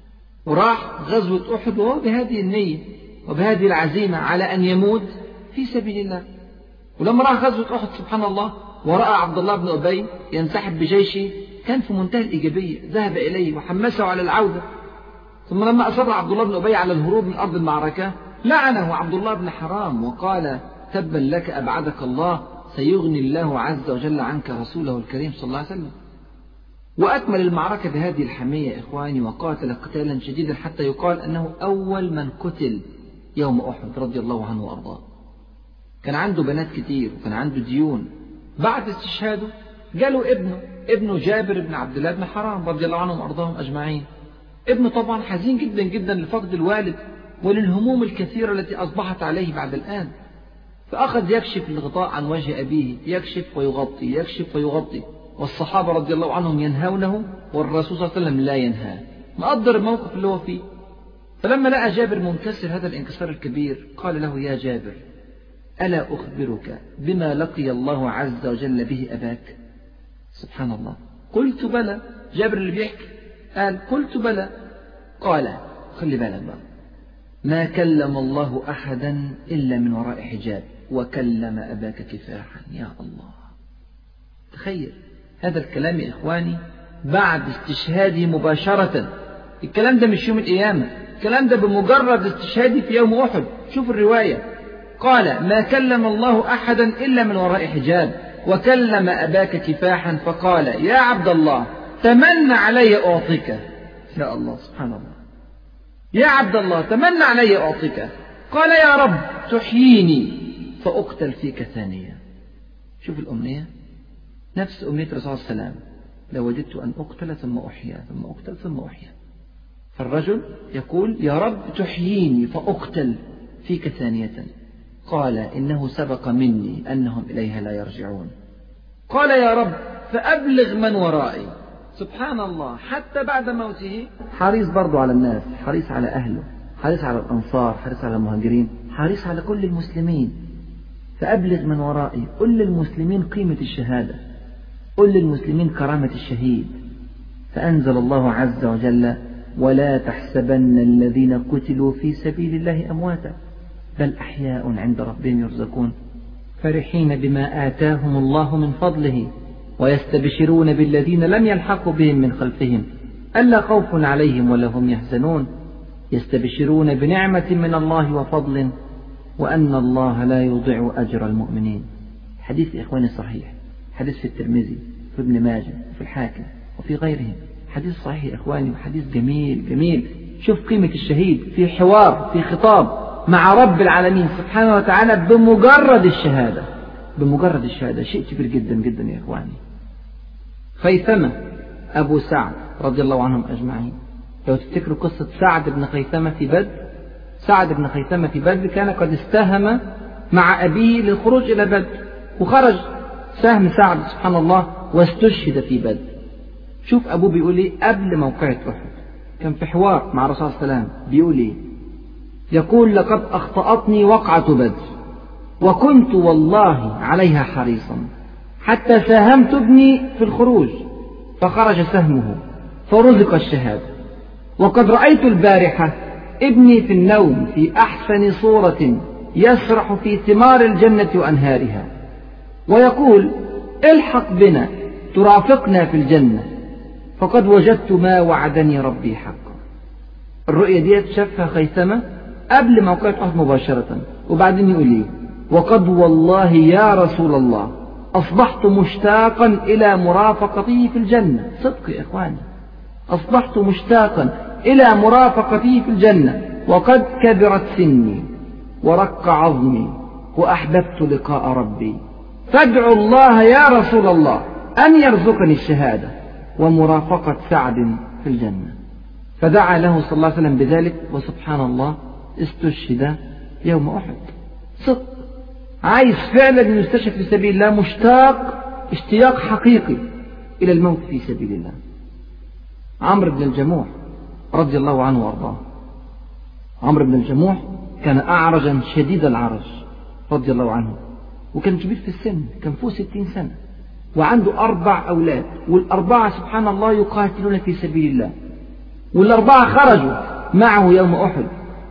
وراح غزوة أحد وهو بهذه النية وبهذه العزيمة على أن يموت في سبيل الله. ولما راح غزوة أحد سبحان الله ورأى عبد الله بن أبي ينسحب بجيشه، كان في منتهى الإيجابية، ذهب إليه وحمسه على العودة. ثم لما أصر عبد الله بن أبي على الهروب من أرض المعركة، لعنه عبد الله بن حرام وقال: تبا لك أبعدك الله، سيغني الله عز وجل عنك رسوله الكريم صلى الله عليه وسلم. وأكمل المعركة بهذه الحمية إخواني، وقاتل قتالا شديدا حتى يقال أنه أول من قتل يوم أحد رضي الله عنه وأرضاه. كان عنده بنات كتير وكان عنده ديون. بعد استشهاده جاله ابنه جابر بن عبد الله بن حرام رضي الله عنهم وأرضاهم أجمعين. ابنه طبعا حزين جدا جدا لفقد الوالد وللهموم الكثيرة التي أصبحت عليه بعد الآن، فأخذ يكشف الغطاء عن وجه أبيه، يكشف ويغطي، يكشف ويغطي، والصحابة رضي الله عنهم ينهونه والرسول صلى الله عليه وسلم لا ينهاه، مقدر الموقف اللي هو فيه. فلما لقى جابر منكسر هذا الانكسار الكبير قال له: يا جابر، ألا أخبرك بما لقي الله عز وجل به أباك؟ سبحان الله. قلت بلى. جابر اللي بيحكي قال: قلت بلى. قال: خلي بالك بقى، ما كلم الله أحدا إلا من وراء حجاب، وكلم أباك كفاحا. يا الله، تخيل هذا الكلام يا إخواني بعد استشهاده مباشرة. الكلام ده مش يوم القيامة، الكلام ده بمجرد استشهاده في يوم أحد. شوف الرواية، قال: ما كلم الله أحدا إلا من وراء حجاب، وكلم أباك كفاحا، فقال: يا عبد الله، تمنى علي أعطيك. يا الله، سبحان الله. يا عبد الله، تمنى علي أعطيك. قال: يا رب، تحييني فأقتل فيك ثانية. شوف الأمنية، نفس أمنية الرسول صلى الله عليه وسلم: لو وجدت أن أقتل ثم أحيا، ثم أقتل ثم أحيا. فالرجل يقول: يا رب، تحييني فأقتل فيك ثانية. قال: إنه سبق مني أنهم إليها لا يرجعون. قال: يا رب، فأبلغ من ورائي. سبحان الله حتى بعد موته حريص برضو على الناس، حريص على أهله، حريص على الأنصار، حريص على المهاجرين، حريص على كل المسلمين. فأبلغ من ورائي، قل للمسلمين قيمة الشهادة، قل للمسلمين كرامة الشهيد. فأنزل الله عز وجل: ولا تحسبن الذين قتلوا في سبيل الله أمواتا بل أحياء عند ربهم يرزقون فرحين بما آتاهم الله من فضله ويستبشرون بالذين لم يلحقوا بهم من خلفهم ألا خوف عليهم ولا هم يحزنون يستبشرون بنعمة من الله وفضل وأن الله لا يضيع أجر المؤمنين. حديث إخواني صحيح، حديث في الترمذي في ابن ماجه وفي الحاكم وفي غيرهم، حديث صحيح إخواني وحديث جميل جميل. شوف قيمة الشهيد في حوار، في خطاب مع رب العالمين سبحانه وتعالى بمجرد الشهادة، بمجرد الشهادة. شيء كبير جدا جدا يا إخواني. خيثمة أبو سعد رضي الله عنهم أجمعين، لو تفتكروا قصة سعد بن خيثمة في بدر، سعد بن خيثمة في بدر كان قد استهم مع أبيه للخروج إلى بدر، وخرج سهم سعد سبحان الله واستشهد في بدر. شوف أبوه بيقول إيه قبل موقعة أحد، كان في حوار مع الرسول صلى الله عليه وسلم بيقول إيه؟ يقول: لقد أخطأتني وقعة بدر وكنت والله عليها حريصا حتى ساهمت ابني في الخروج فخرج سهمه فرزق الشهادة، وقد رأيت البارحة ابني في النوم في أحسن صورة يسرح في ثمار الجنة وأنهارها ويقول: الحق بنا ترافقنا في الجنة فقد وجدت ما وعدني ربي حقا. الرؤية دي شافها خيثمة قبل موقعة أحد مباشرة، وبعدين يقول لي: وقد والله يا رسول الله أصبحت مشتاقا إلى مرافقته في الجنة. صدق يا إخواني، أصبحت مشتاقا إلى مرافقته في الجنة وقد كبرت سني ورق عظمي وأحببت لقاء ربي، فادعوا الله يا رسول الله أن يرزقني الشهادة ومرافقة سعد في الجنة. فدعا له صلى الله عليه وسلم بذلك، وسبحان الله استشهد يوم أحد. صدق عايز فعلا يستشهد في سبيل الله، مشتاق اشتياق حقيقي إلى الموت في سبيل الله. عمرو بن الجموح رضي الله عنه وارضاه. عمرو بن الجموح كان أعرجا شديد العرج رضي الله عنه، وكان كبير في السن، كان فوق 60 سنة، وعنده 4 أولاد، والأربعة سبحان الله يقاتلون في سبيل الله، والأربعة خرجوا معه يوم أحد.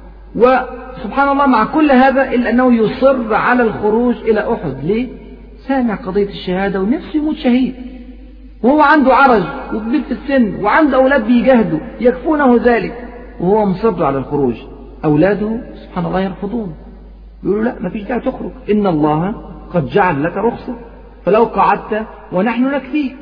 وسبحان الله مع كل هذا إلا أنه يصر على الخروج إلى أحد. ليه؟ سامع قضية الشهادة ونفسه يموت شهيد، وهو عنده عرج وكبير في السن وعنده أولاد بيجاهدوا يكفونه ذلك، وهو مصر على الخروج. أولاده سبحان الله يرفضون، يقولوا: لا، ما فيش داعي تخرج، إن الله قد جعل لك رخصة فلو قعدت ونحن نكفيك.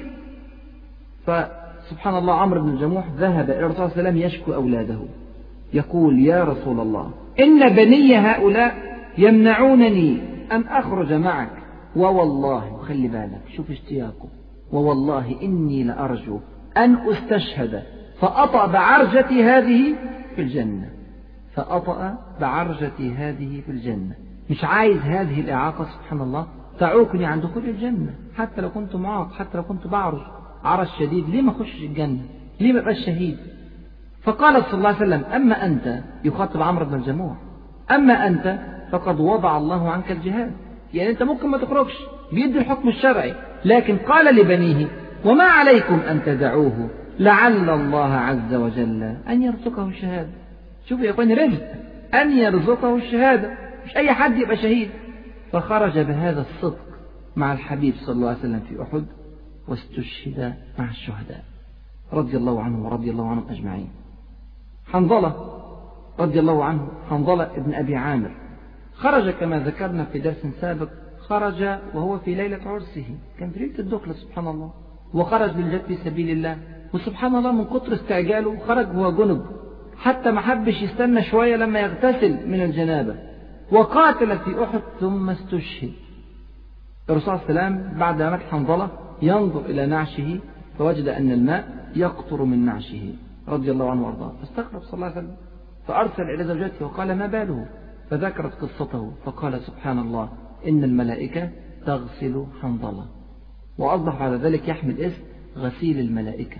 فسبحان الله عمرو بن الجموح ذهب إلى الرسول صلى الله عليه وسلم يشكو أولاده، يقول: يا رسول الله إن بني هؤلاء يمنعونني أن أخرج معك، ووالله، وخلي بالك شوف اشتياقه، ووالله إني لأرجو أن أستشهد فأطأ بعرجتي هذه في الجنة، فأطأ بعرجتي هذه في الجنة. مش عايز هذه الإعاقة سبحان الله تعوقني عن دخول الجنة، حتى لو كنت معاق، حتى لو كنت بعرج عرج شديد، ليه ما أخش الجنة؟ ليه ما أبقاش شهيد؟ فقال صلى الله عليه وسلم: أما أنت، يخاطب عمرو بن الجموح، أما أنت فقد وضع الله عنك الجهاد، يعني أنت ممكن ما تخرجش، بيدي الحكم الشرعي، لكن قال لبنيه: وما عليكم أن تدعوه لعل الله عز وجل أن يرزقه الشهادة. شوفوا يا أخواني، رزق أن يرزقه الشهادة، مش أي حد يبقى شهيد. فخرج بهذا الصدق مع الحبيب صلى الله عليه وسلم في أحد واستشهد مع الشهداء رضي الله عنه ورضي الله عنهم أجمعين. حنظلة رضي الله عنه، حنظلة ابن أبي عامر، خرج كما ذكرنا في درس سابق، خرج وهو في ليلة عرسه، كان في ليلة الدخلة سبحان الله، وخرج للجهاد في سبيل الله، وسبحان الله من كتر استعجاله خرج وهو جنب، حتى ما حبش يستنى شوية لما يغتسل من الجنابة، وقاتل في أحد ثم استشهد. الرسول صلى الله عليه وسلم بعد ما مات حنظلة ينظر إلى نعشه فوجد أن الماء يقطر من نعشه رضي الله عنه وارضاه، فاستغرب صلى الله عليه وسلم، فأرسل إلى زوجته وقال: ما باله؟ فذكرت قصته، فقال: سبحان الله، إن الملائكة تغسل حنظلة، وأصبح بعد ذلك يحمل اسم غسيل الملائكة.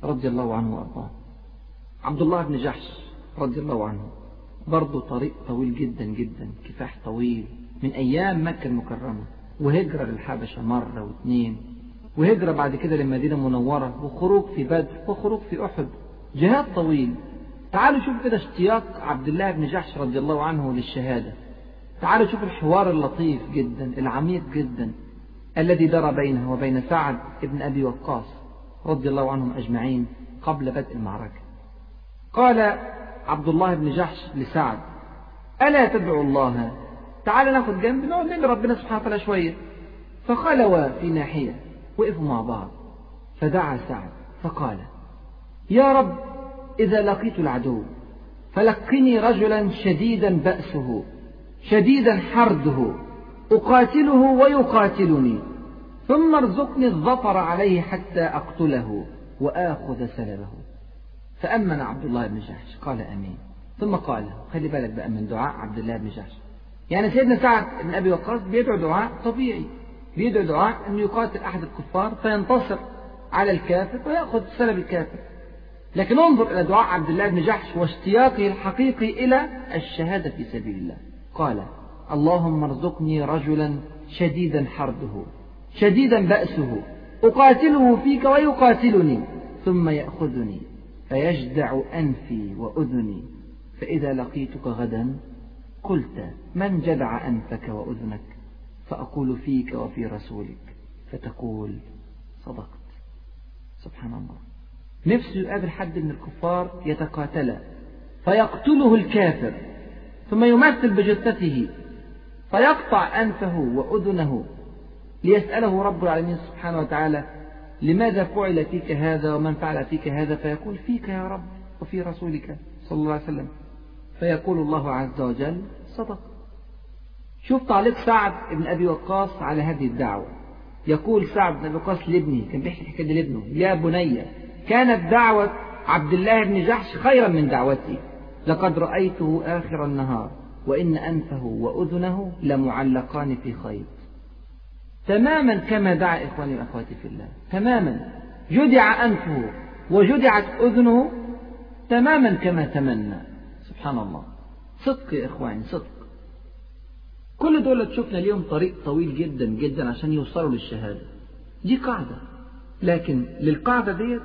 رضي الله عنه وأرضاه. عبد الله بن جحش رضي الله عنه برضه طريق طويل جدا جدا، كفاح طويل من أيام مكة المكرمة، وهجرة للحبشة مرة واثنين، وهجرة بعد كده للمدينة المنورة، وخروج في بدر وخروج في أحد، جهاد طويل. تعالوا شوف كده اشتياق عبد الله بن جحش رضي الله عنه للشهادة. تعالوا شوف الحوار اللطيف جدا العميق جدا الذي دار بينه وبين سعد بن أبي وقاص رضي الله عنهم أجمعين قبل بدء المعركة. قال عبد الله بن جحش لسعد: ألا تدعو الله؟ تعال ناخد جنب نقعد ندعي ربنا سبحانه وتعالى شوية. فخلوا في ناحية، وقفوا مع بعض، فدعا سعد فقال: يا رب، إذا لقيت العدو فلقني رجلا شديدا بأسه شديدا حرده أقاتله ويقاتلني، ثم ارزقني الظفر عليه حتى أقتله وآخذ سلبه. فأمن عبد الله بن جحش قال آمين، ثم قال: خلي بالك بقى من دعاء عبد الله بن جحش. يعني سيدنا سعد بن أبي وقاص بيدعو دعاء طبيعي، بيدعو دعاء أن يقاتل أحد الكفار فينتصر على الكافر ويأخذ سلب الكافر. لكن انظر إلى دعاء عبد الله بن جحش واشتياقه الحقيقي إلى الشهادة في سبيل الله. قال: اللهم ارزقني رجلا شديدا حرده شديدا بأسه أقاتله فيك ويقاتلني، ثم يأخذني فيجدع أنفي وأذني، فإذا لقيتك غدا قلت: من جدع أنفك وأذنك؟ فأقول فيك وفي رسولك، فتقول: صدقت. سبحان الله. نفسه يقابل حد من الكفار يتقاتل فيقتله الكافر، ثم يمثل بجثته فيقطع أنفه وأذنه ليسأله رب العالمين سبحانه وتعالى: لماذا فعل فيك هذا ومن فعل فيك هذا؟ فيقول: فيك يا رب وفي رسولك صلى الله عليه وسلم. فيقول الله عز وجل: صدق. شوف تعليق سعد بن أبي وقاص على هذه الدعوة. يقول سعد بن أبي وقاص لابنه، كان بيحكي الحكاية دي لابنه: يا بني، كانت دعوة عبد الله بن جحش خيرا من دعوتي، لقد رأيته آخر النهار وإن أنفه وأذنه لمعلقان في خيط. تماما كما دعا إخواني وأخواتي في الله، تماما جدع أنفه وجدعت أذنه تماما كما تمنى. سبحان الله. صدق يا إخواني، صدق. كل دول تشوفنا اليوم طريق طويل جدا جدا عشان يوصلوا للشهادة. دي قاعدة، لكن للقاعدة دي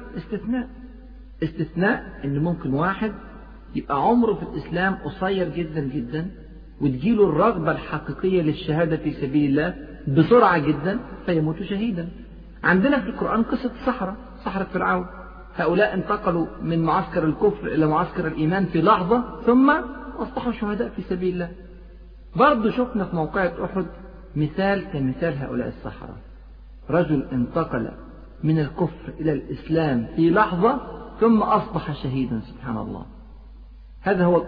استثناء إن ممكن واحد يبقى عمره في الإسلام قصير جدا جدا وتجيله الرغبة الحقيقية للشهادة في سبيل الله بسرعة جدا فيموت شهيدا. عندنا في القرآن قصة سحرة فرعون، هؤلاء انتقلوا من معسكر الكفر إلى معسكر الإيمان في لحظة ثم أصبحوا شهداء في سبيل الله. برضو شفنا في موقعة أحد مثال كمثال هؤلاء السحرة، رجل انتقل من الكفر إلى الإسلام في لحظة ثم أصبح شهيدا. سبحان الله. هذا هو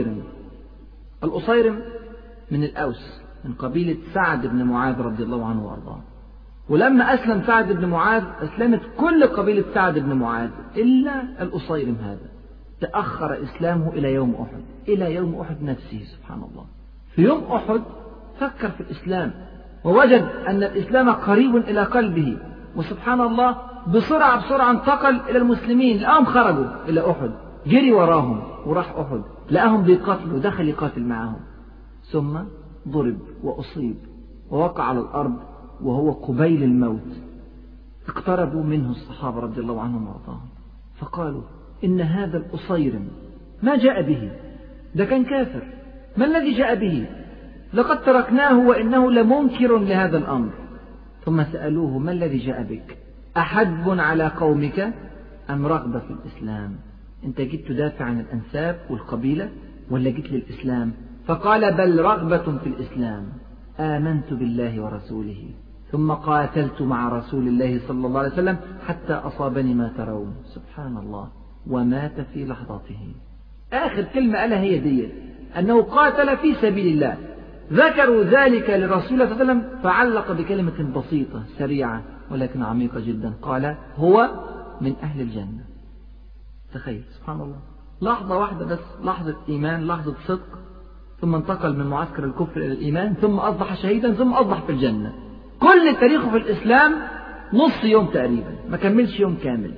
الأصيرم من الأوس، من قبيلة سعد بن معاذ رضي الله عنه وأرضاه. ولما أسلم سعد بن معاذ أسلمت كل قبيلة سعد بن معاذ إلا الأصيرم هذا، تأخر إسلامه إلى يوم أحد نفسه. سبحان الله. في يوم أحد فكر في الإسلام ووجد أن الإسلام قريب إلى قلبه، وسبحان الله بسرعة انتقل إلى المسلمين، لقاهم خرجوا إلى أحد، جري وراهم وراح أحد، لقاهم بيقاتلوا، دخل يقاتل معهم، ثم ضرب وأصيب ووقع على الأرض وهو قبيل الموت. اقتربوا منه الصحابة رضي الله عنهم وارضاهم فقالوا: إن هذا الأصيرم ما جاء به، ده كان كافر، ما الذي جاء به؟ لقد تركناه وإنه لمنكر لهذا الأمر. ثم سألوه: ما الذي جاء بك؟ أحدب على قومك أم رغبة في الإسلام؟ أنت جيت تدافع عن الأنساب والقبيلة ولا جيت للإسلام؟ فقال: بل رغبة في الإسلام، آمنت بالله ورسوله ثم قاتلت مع رسول الله صلى الله عليه وسلم حتى أصابني ما ترون. سبحان الله. ومات في لحظته. آخر كلمة قالها هي دي، أنه قاتل في سبيل الله. ذكروا ذلك لرسول الله صلى الله عليه وسلم فعلق بكلمة بسيطة سريعة ولكن عميقة جدا، قال: هو من أهل الجنة. تخيل. سبحان الله. لحظة واحدة بس، لحظة إيمان، لحظة صدق، ثم انتقل من معسكر الكفر إلى الإيمان، ثم أصبح شهيدا، ثم أصبح في الجنة. كل تاريخه في الإسلام نص يوم تقريبا، ما كملش يوم كامل.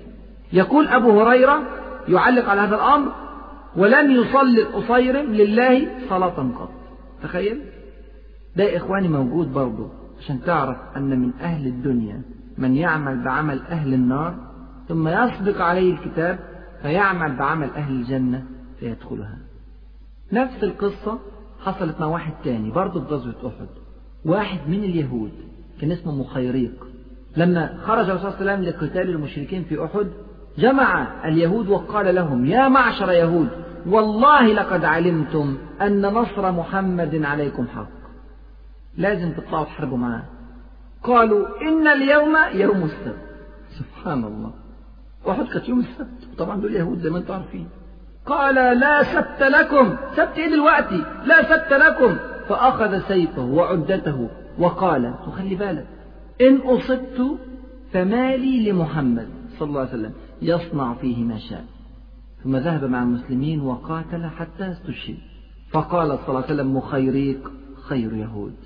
يقول أبو هريرة يعلق على هذا الأمر: ولم يصلي الأصيرم لله صلاة قط. تخيل ده يا إخواني موجود برضه، عشان تعرف أن من أهل الدنيا من يعمل بعمل أهل النار ثم يسبق عليه الكتاب فيعمل بعمل أهل الجنة فيدخلها. نفس القصة حصلت مع واحد تاني برضه في غزوة أحد. واحد من اليهود كان اسمه مخيريق، لما خرج الرسول صلى الله عليه وسلم لقتال المشركين في أحد جمع اليهود وقال لهم: يا معشر يهود، والله لقد علمتم أن نصر محمد عليكم حق، لازم تطلعوا تحاربوا معاه. قالوا: إن اليوم يوم السبت. سبحان الله، أحد كانت يوم السبت، طبعا دول يهود زي ما انتم عارفين. قال: لا سبت لكم. سبت ايه دلوقتي؟ لا سبت لكم. فأخذ سيفه وعدته وقال، وخلي بالك: إن أصبت فمالي لمحمد صلى الله عليه وسلم يصنع فيه ما شاء. ثم ذهب مع المسلمين وقاتل حتى استشهد. فقال صلى الله عليه وسلم: مخيريق خير يهود.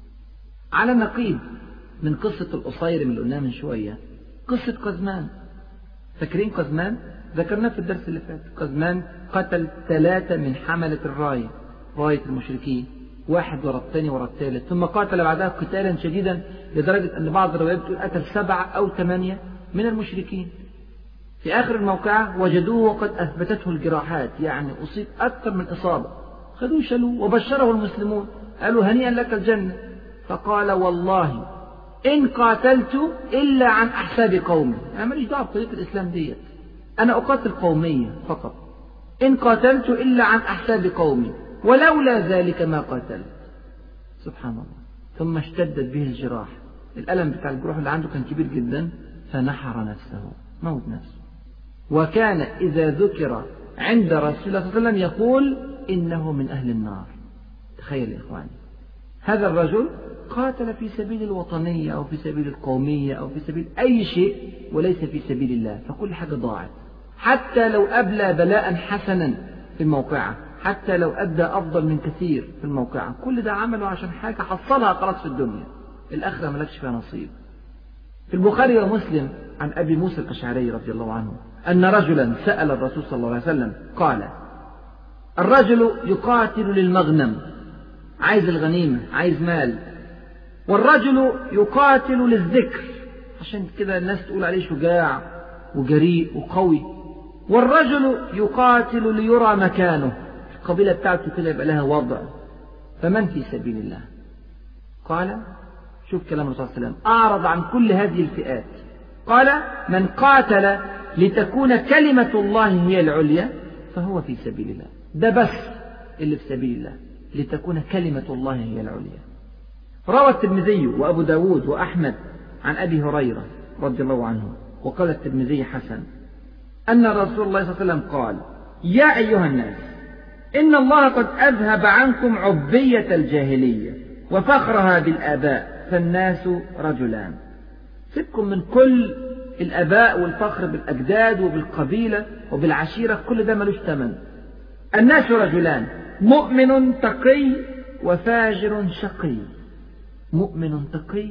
على نقيض من قصة الأصيرم اللي قلناها من شوية، قصة قزمان. فاكرين قزمان؟ ذكرناه في الدرس اللي فات. قزمان قتل 3 من حملة الراية، راية المشركين، واحد ورا الثاني ورا الثالث، ثم قاتل بعدها قتالا شديدا لدرجة أن بعض الروايات بتقول قتل 7 أو 8 من المشركين. في آخر الموقعة وجدوه وقد أثبتته الجراحات، يعني أصيب أكثر من إصابة. خذوه شلوه وبشره المسلمون، قالوا: هنيئا لك الجنة. فقال: والله إن قاتلت إلا عن أحساب قومي. أنا ماليش دعوة بطريقة الإسلام ديت، أنا أقاتل قومية فقط. إن قاتلت إلا عن أحساب قومي ولولا ذلك ما قاتلت. سبحان الله. ثم اشتدت به الجراح، الألم بتاع الجروح اللي عنده كان كبير جدا، فنحر نفسه، موت نفسه. وكان إذا ذكر عند رسول الله صلى الله عليه وسلم يقول: إنه من أهل النار. تخيل يا إخواني، هذا الرجل قاتل في سبيل الوطنية أو في سبيل القومية أو في سبيل أي شيء وليس في سبيل الله، فكل حاجة ضاعت. حتى لو أبلى بلاء حسنا في الموقعة، حتى لو أدى أفضل من كثير في الموقعة، كل ده عمله عشان حاجة حصلها خلاص في الدنيا، الآخرة ملكش فيها نصيب. في البخاري ومسلم عن أبي موسى الأشعري رضي الله عنه أن رجلا سأل الرسول صلى الله عليه وسلم قال: الرجل يقاتل للمغنم، عايز الغنيمة، عايز مال، والرجل يقاتل للذكر، عشان كده الناس تقول عليه شجاع وجريء وقوي، والرجل يقاتل ليرى مكانه، القبيلة بتاعته كده يبقى لها وضع، فمن في سبيل الله؟ قال، شوف كلام الرسول صلى الله عليه وسلم، أعرض عن كل هذه الفئات، قال: من قاتل لتكون كلمة الله هي العليا فهو في سبيل الله. ده بس اللي في سبيل الله، لتكون كلمة الله هي العليا. روى الترمذي وأبو داود وأحمد عن أبي هريرة رضي الله عنه، وقال الترمذي حسن، أن رسول الله صلى الله عليه وسلم قال: يا أيها الناس، إن الله قد أذهب عنكم عبية الجاهلية وفخرها بالآباء، فالناس رجلان. سيبكم من كل الآباء والفخر بالأجداد وبالقبيلة وبالعشيرة، كل ده ملوش ثمن. الناس رجلان، مؤمن تقي وفاجر شقي. مؤمن تقي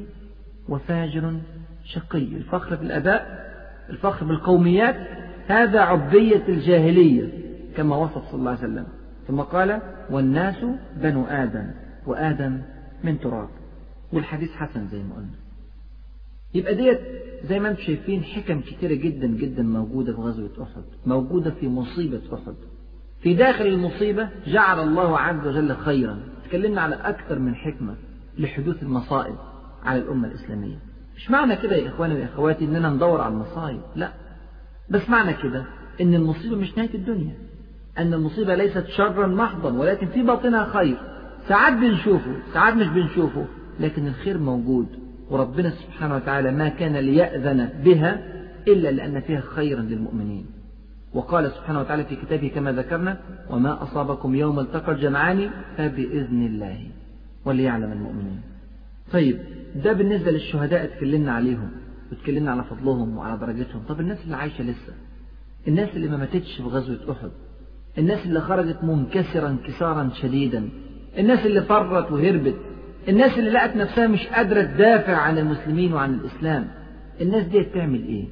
وفاجر شقي. الفخر بالآباء، الفخر بالقوميات، هذا عبية الجاهلية كما وصف صلى الله عليه وسلم. ثم قال: والناس بنو آدم وآدم من تراب. والحديث حسن زي ما قلنا. يبقى ديت زي ما انتم شايفين حكم كتيرة جدا جدا موجودة في غزوة أحد، موجودة في مصيبة أحد. في داخل المصيبة جعل الله عز وجل خيرا. تكلمنا على أكثر من حكمة لحدوث المصائب على الأمة الإسلامية. مش معنى كده يا إخواني وإخواتي إننا ندور على المصائب، لا، بس معنى كده إن المصيبة مش نهاية الدنيا، أن المصيبة ليست شرا محضا، ولكن في باطنها خير. ساعات بنشوفه ساعات مش بنشوفه، لكن الخير موجود، وربنا سبحانه وتعالى ما كان ليأذن بها إلا لأن فيها خيرا للمؤمنين. وقال سبحانه وتعالى في كتابه كما ذكرنا: وما أصابكم يوم التقى الجمعان فبإذن الله وليعلم المؤمنين. طيب، ده بالنسبة للشهداء اتكلمنا عليهم واتكلمنا على فضلهم وعلى درجتهم. طب الناس اللي عايشة لسه، الناس اللي ما ماتتش في غزوة أحد، الناس اللي خرجت منكسرة انكسارا شديدا، الناس اللي فرت وهربت، الناس اللي لقت نفسها مش قادرة تدافع عن المسلمين وعن الإسلام، الناس دي تعمل إيه؟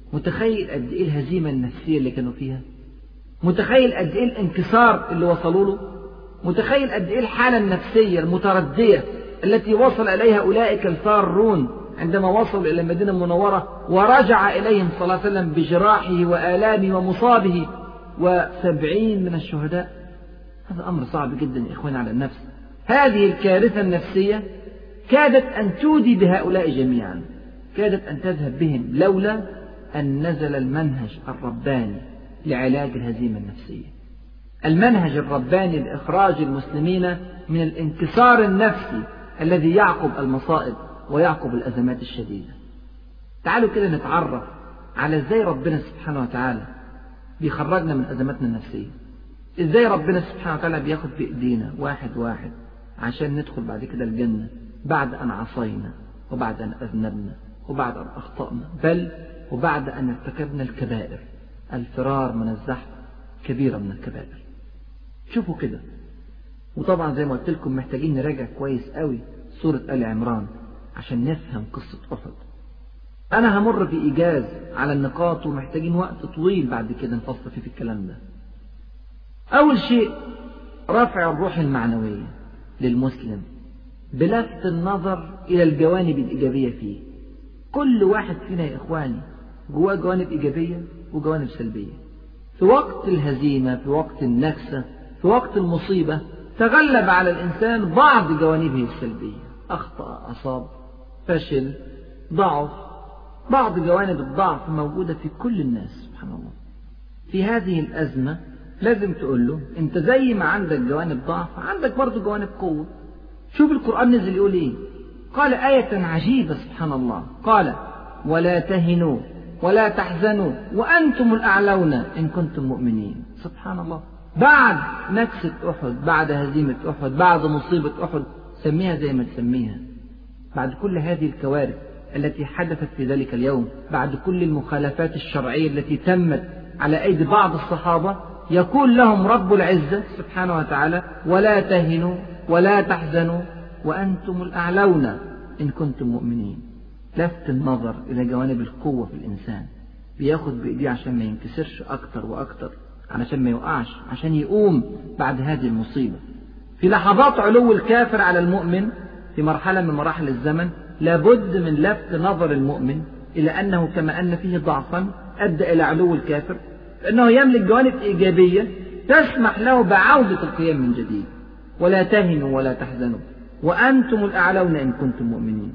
متخيل قد إيه الهزيمة النفسية اللي كانوا فيها؟ متخيل قد إيه الانكسار اللي وصلوا له؟ متخيل قد إيه الحالة النفسية المتردية التي وصل إليها أولئك الفارون عندما وصلوا إلى المدينة المنورة ورجع إليهم صلى الله عليه وسلم بجراحه وآلامه ومصابه و70 من الشهداء؟ هذا أمر صعب جدا يا إخواني على النفس. هذه الكارثة النفسية كادت أن تودي بهؤلاء جميعا، كادت أن تذهب بهم لولا أن نزل المنهج الرباني لعلاج الهزيمة النفسية، المنهج الرباني لإخراج المسلمين من الانكسار النفسي الذي يعقب المصائب ويعقب الأزمات الشديدة. تعالوا كده نتعرف على إزاي ربنا سبحانه وتعالى بيخرجنا من أزماتنا النفسية، إزاي ربنا سبحانه وتعالى بياخد بإيدينا واحد واحد عشان ندخل بعد كده الجنة بعد أن عصينا وبعد أن أذنبنا وبعد أن أخطأنا، بل وبعد أن ارتكبنا الكبائر. الفرار من الزحف كبيرة من الكبائر. شوفوا كده. وطبعا زي ما قلت لكم محتاجين نراجع كويس قوي سورة آل عمران عشان نفهم قصة أحد. أنا همر بإيجاز على النقاط ومحتاجين وقت طويل بعد كده نفصل فيه في الكلام ده. أول شيء رفع الروح المعنوية للمسلم بلفت النظر إلى الجوانب الإيجابية فيه. كل واحد فينا يا إخواني جواه جوانب إيجابية وجوانب سلبية. في وقت الهزيمة، في وقت النكسة، في وقت المصيبة تغلب على الإنسان بعض جوانبه السلبية، أخطأ، أصاب، فشل، ضعف. بعض جوانب الضعف موجودة في كل الناس سبحان الله. في هذه الأزمة لازم تقول له أنت زي ما عندك جوانب ضعف عندك برضو جوانب قوة. شوف القرآن نزل يقول إيه؟ قال آية عجيبة سبحان الله، قال ولا تهنوا ولا تحزنوا وأنتم الأعلون إن كنتم مؤمنين. سبحان الله. بعد نكسة أحد، بعد هزيمة أحد، بعد مصيبة أحد، سميها زي ما تسميها، بعد كل هذه الكوارث التي حدثت في ذلك اليوم، بعد كل المخالفات الشرعية التي تمت على أيدي بعض الصحابة، يقول لهم رب العزة سبحانه وتعالى ولا تهنوا ولا تحزنوا وأنتم الأعلون إن كنتم مؤمنين. لفت النظر إلى جوانب القوة في الإنسان، بياخد بإيديه عشان ما ينكسرش أكتر وأكتر، علشان ما يوقعش، عشان يقوم بعد هذه المصيبة. في لحظات علو الكافر على المؤمن في مرحلة من مراحل الزمن لابد من لفت نظر المؤمن إلى أنه كما أن فيه ضعفا أدى إلى علو الكافر، فإنه يملك جوانب إيجابية تسمح له بعودة القيام من جديد. ولا تهنوا ولا تحزنوا وأنتم الأعلون إن كنتم مؤمنين.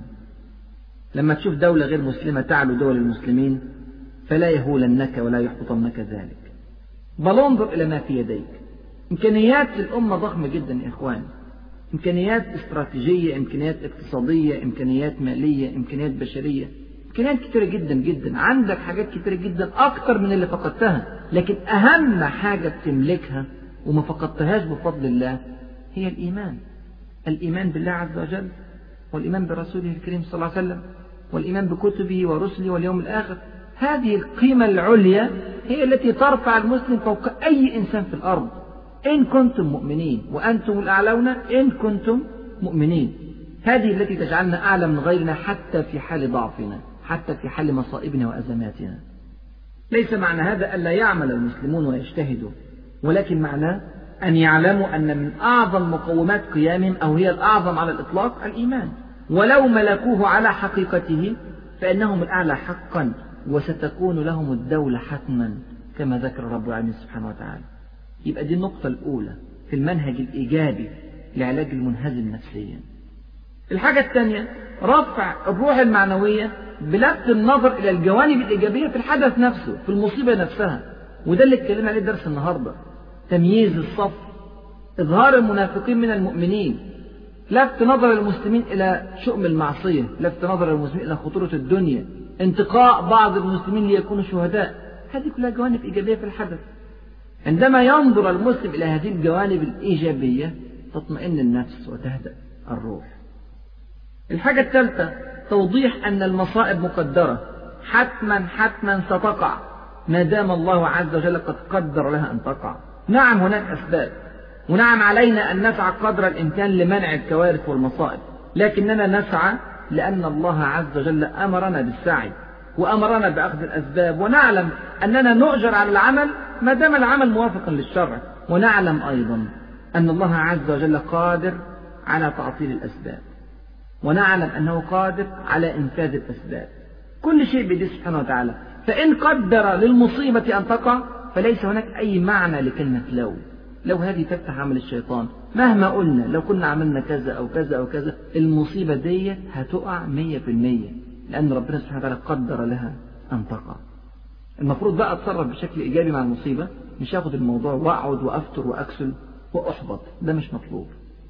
لما تشوف دولة غير مسلمة تعلو دول المسلمين فلا يهولنك ولا يحبطنك ذلك، بل انظر إلى ما في يديك. إمكانيات الأمة ضخمة جدا يا إخوان، إمكانيات استراتيجية، إمكانيات اقتصادية، إمكانيات مالية، إمكانيات بشرية، إمكانيات كتيرة جدا جدا. عندك حاجات كتيرة جدا أكتر من اللي فقدتها، لكن أهم حاجة بتملكها وما فقدتهاش بفضل الله هي الإيمان. الإيمان بالله عز وجل، والإيمان برسوله الكريم صلى الله عليه وسلم، والإيمان بكتبه ورسله واليوم الآخر. هذه القيمة العليا هي التي ترفع المسلم فوق أي إنسان في الأرض. إن كنتم مؤمنين وأنتم الأعلون إن كنتم مؤمنين. هذه التي تجعلنا أعلى من غيرنا حتى في حال ضعفنا، حتى في حال مصائبنا وأزماتنا. ليس معنى هذا ألا يعمل المسلمون ويجتهدوا، ولكن معناه أن يعلموا أن من أعظم مقومات قيامهم أو هي الأعظم على الإطلاق الإيمان، ولو ملكوه على حقيقته فإنهم الأعلى حقا وستكون لهم الدولة حتما كما ذكر رب العالمين سبحانه وتعالى. يبقى دي النقطة الأولى في المنهج الإيجابي لعلاج المنهزم نفسيا. الحاجة الثانية رفع الروح المعنوية بلفت النظر إلى الجوانب الإيجابية في الحدث نفسه، في المصيبة نفسها. وده اللي اتكلمنا عليه درس النهاردة. تمييز الصف، إظهار المنافقين من المؤمنين، لفت نظر المسلمين إلى شؤم المعصية، لفت نظر المسلمين إلى خطورة الدنيا، انتقاء بعض المسلمين ليكونوا شهداء. هذه كلها جوانب إيجابية في الحدث. عندما ينظر المسلم إلى هذه الجوانب الإيجابية تطمئن النفس وتهدأ الروح. الحاجة الثالثة توضيح أن المصائب مقدرة، حتما ستقع ما دام الله عز وجل قد قدر لها أن تقع. نعم هناك أسباب، ونعم علينا أن نسعى قدر الإمكان لمنع الكوارث والمصائب، لكننا نسعى لأن الله عز وجل أمرنا بالسعي. وأمرنا بأخذ الأسباب، ونعلم أننا نؤجر على العمل ما دام العمل موافقا للشرع، ونعلم أيضا أن الله عز وجل قادر على تعطيل الأسباب، ونعلم أنه قادر على إنفاذ الأسباب. كل شيء بيده سبحانه وتعالى. فإن قدر للمصيبة أن تقع فليس هناك أي معنى لكلمة لو هذه تفتح عمل الشيطان. مهما قلنا لو كنا عملنا كذا أو كذا أو كذا، المصيبة دي هتقع 100%، لأن ربنا سبحانه وتعالى قدر لها أن تقع. المفروض بقى أتصرف بشكل إيجابي مع المصيبة، مش أخذ الموضوع وأقعد وأفتر وأكسل وأحبط، ده مش مطلوب.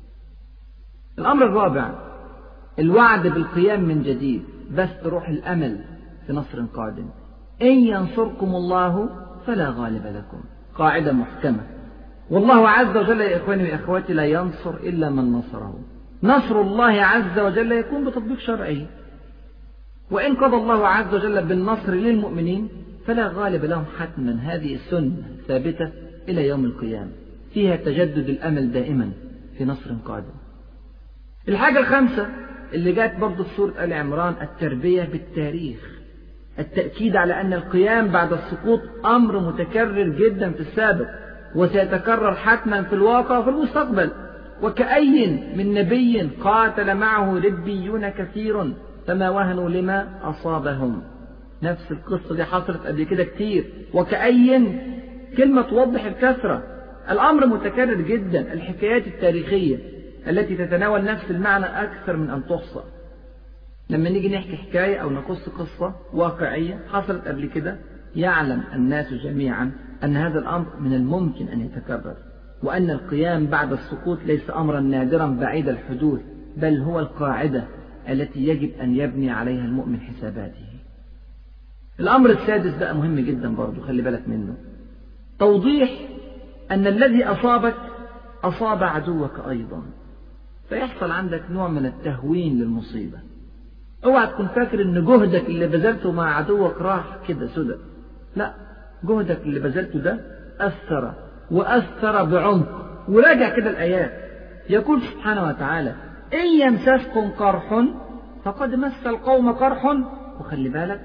الأمر الرابع الوعد بالقيام من جديد، بث روح الأمل في نصر قادم. إن ينصركم الله فلا غالب لكم، قاعدة محكمة. والله عز وجل يا إخواني وأخواتي لا ينصر إلا من نصره. نصر الله عز وجل يكون بتطبيق شرعي، وإن قضى الله عز وجل بالنصر للمؤمنين فلا غالب لهم حتما. هذه السنة ثابتة إلى يوم القيامة، فيها تجدد الأمل دائما في نصر قادم. الحاجة الخامسة اللي جات برضو في سورة آل عمران، التربية بالتاريخ، التأكيد على أن القيام بعد السقوط أمر متكرر جدا في السابق، وسيتكرر حتما في الواقع وفي المستقبل. وكأي من نبي قاتل معه ربيون كثير فما وهنوا لما أصابهم. نفس القصة دي حصلت قبل كده كتير. وكأي كلمة توضح الكثرة، الأمر متكرر جدا. الحكايات التاريخية التي تتناول نفس المعنى أكثر من أن تحصى. لما نيجي نحكي حكاية أو نقص قصة واقعية حصلت قبل كده، يعلم الناس جميعا أن هذا الأمر من الممكن أن يتكرر، وأن القيام بعد السقوط ليس أمرا نادرا بعيد الحدوث، بل هو القاعدة التي يجب أن يبني عليها المؤمن حساباته. الأمر السادس بقى مهم جدا برضو، خلي بالك منه، توضيح أن الذي أصابك أصاب عدوك أيضا، فيحصل عندك نوع من التهوين للمصيبة. اوعى تكون فاكر ان جهدك اللي بذلته مع عدوك راح كده سدى، لا، جهدك اللي بذلته ده أثر، وأثر بعمق. وراجع كده الآيات، يقول سبحانه وتعالى: إن يمسسكم قرح فقد مس القوم قرح، وخلي بالك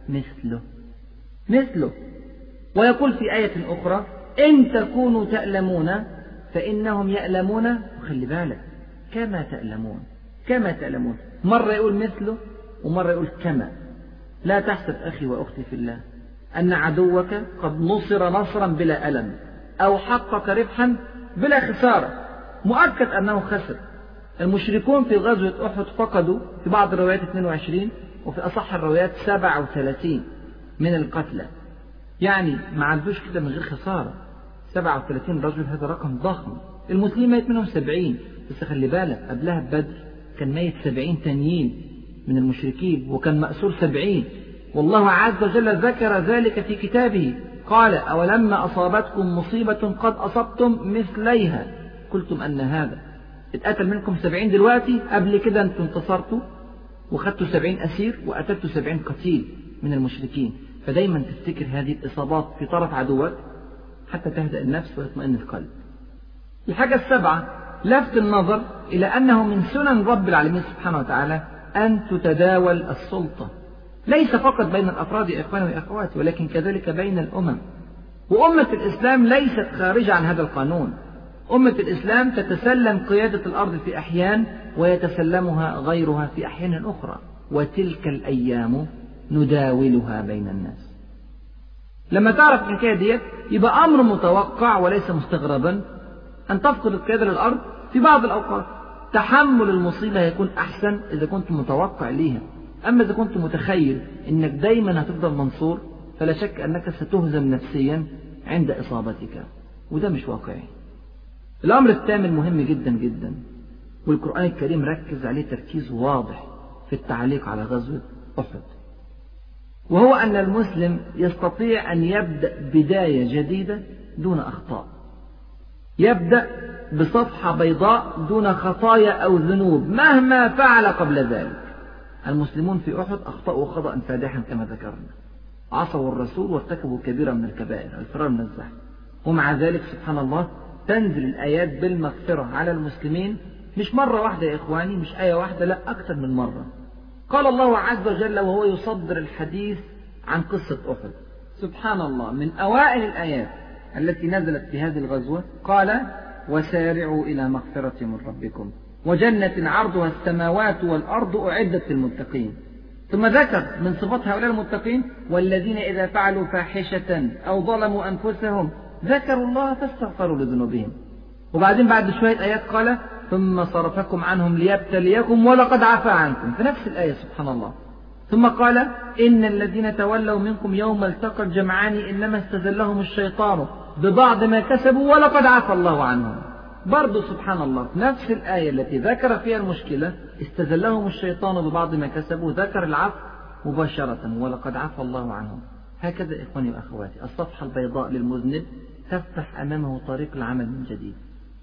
مثله. ويقول في آية أخرى: إن تكونوا تألمون فإنهم يألمون، وخلي بالك كما تألمون. مرة يقول مثله ومرة يقول كما. لا تحسب أخي وأختي في الله أن عدوك قد نصر نصرا بلا ألم، أو حقق ربحا بلا خسارة. مؤكد أنه خسر. المشركون في غزوة أحد فقدوا في بعض الروايات 22 وفي أصح الروايات 37 من القتلى، يعني ما عدوش كده من غير خسارة. 37 رجل هذا رقم ضخم. المسلمين ميت منهم 70، بس خلي بالك قبلها ببدر كان ميت 70 تانيين من المشركين، وكان مأسور 70. والله عز وجل ذكر ذلك في كتابه، قال: أولما أصابتكم مصيبة قد أصبتم مثليها قلتم أن هذا. اتقتل منكم 70 دلوقتي، قبل كده انتم انتصرتوا وخدتوا 70 أسير وقتلتوا 70 قتيل من المشركين. فدايما تفتكر هذه الإصابات في طرف عدوك حتى تهدأ النفس ويطمئن القلب. الحاجة السابعة، لفت النظر إلى أنه من سنن رب العالمين سبحانه وتعالى أن تتداول السلطة، ليس فقط بين الأفراد يا إخواني وأخواتي، ولكن كذلك بين الأمم. وأمة الإسلام ليست خارجة عن هذا القانون. أمة الإسلام تتسلم قيادة الأرض في أحيان، ويتسلمها غيرها في أحيان أخرى، وتلك الأيام نداولها بين الناس. لما تعرف الحكاية ديت يبقى أمر متوقع وليس مستغربا أن تفقد القيادة للأرض في بعض الأوقات. تحمل المصيبة يكون أحسن إذا كنت متوقع ليها. أما إذا كنت متخيل أنك دايما هتفضل منصور، فلا شك أنك ستهزم نفسيا عند إصابتك، وده مش واقعي. الأمر الثامن مهم جدا جدا، والقرآن الكريم ركز عليه تركيز واضح في التعليق على غزوة أحد، وهو أن المسلم يستطيع أن يبدأ بداية جديدة دون أخطاء، يبدأ بصفحة بيضاء دون خطايا أو ذنوب مهما فعل قبل ذلك. المسلمون في أحد أخطأوا خطأ فادحا كما ذكرنا، عصوا الرسول وارتكبوا كبيرة من الكبائر، الفرار من الزحف، ومع ذلك سبحان الله تنزل الآيات بالمغفرة على المسلمين، مش مرة واحدة يا إخواني، مش آية واحدة، لا، أكثر من مرة. قال الله عز وجل وهو يصدر الحديث عن قصة أحد، سبحان الله، من أوائل الآيات التي نزلت في هذه الغزوة قال: وسارعوا إلى مغفرة من ربكم وجنة عرضها السماوات والأرض أعدت للمتقين. ثم ذكر من صفات هؤلاء المتقين: والذين إذا فعلوا فاحشة أو ظلموا أنفسهم ذكروا الله فاستغفروا لذنوبهم. وبعدين بعد شوية آيات قال: ثم صرفكم عنهم ليبتليكم ولقد عفا عنكم، في نفس الآية سبحان الله. ثم قال: إن الذين تولوا منكم يوم التقى الجمعان إنما استزلهم الشيطان ببعض ما كسبوا ولقد عفا الله عنهم. برضو سبحان الله في نفس الآية التي ذكر فيها المشكلة استزلهم الشيطان ببعض ما كسبوا ذكر العفو مباشرة ولقد عفا الله عنهم. هكذا إخواني وأخواتي الصفحة البيضاء للمذنب تفتح أمامه طريق العمل من جديد.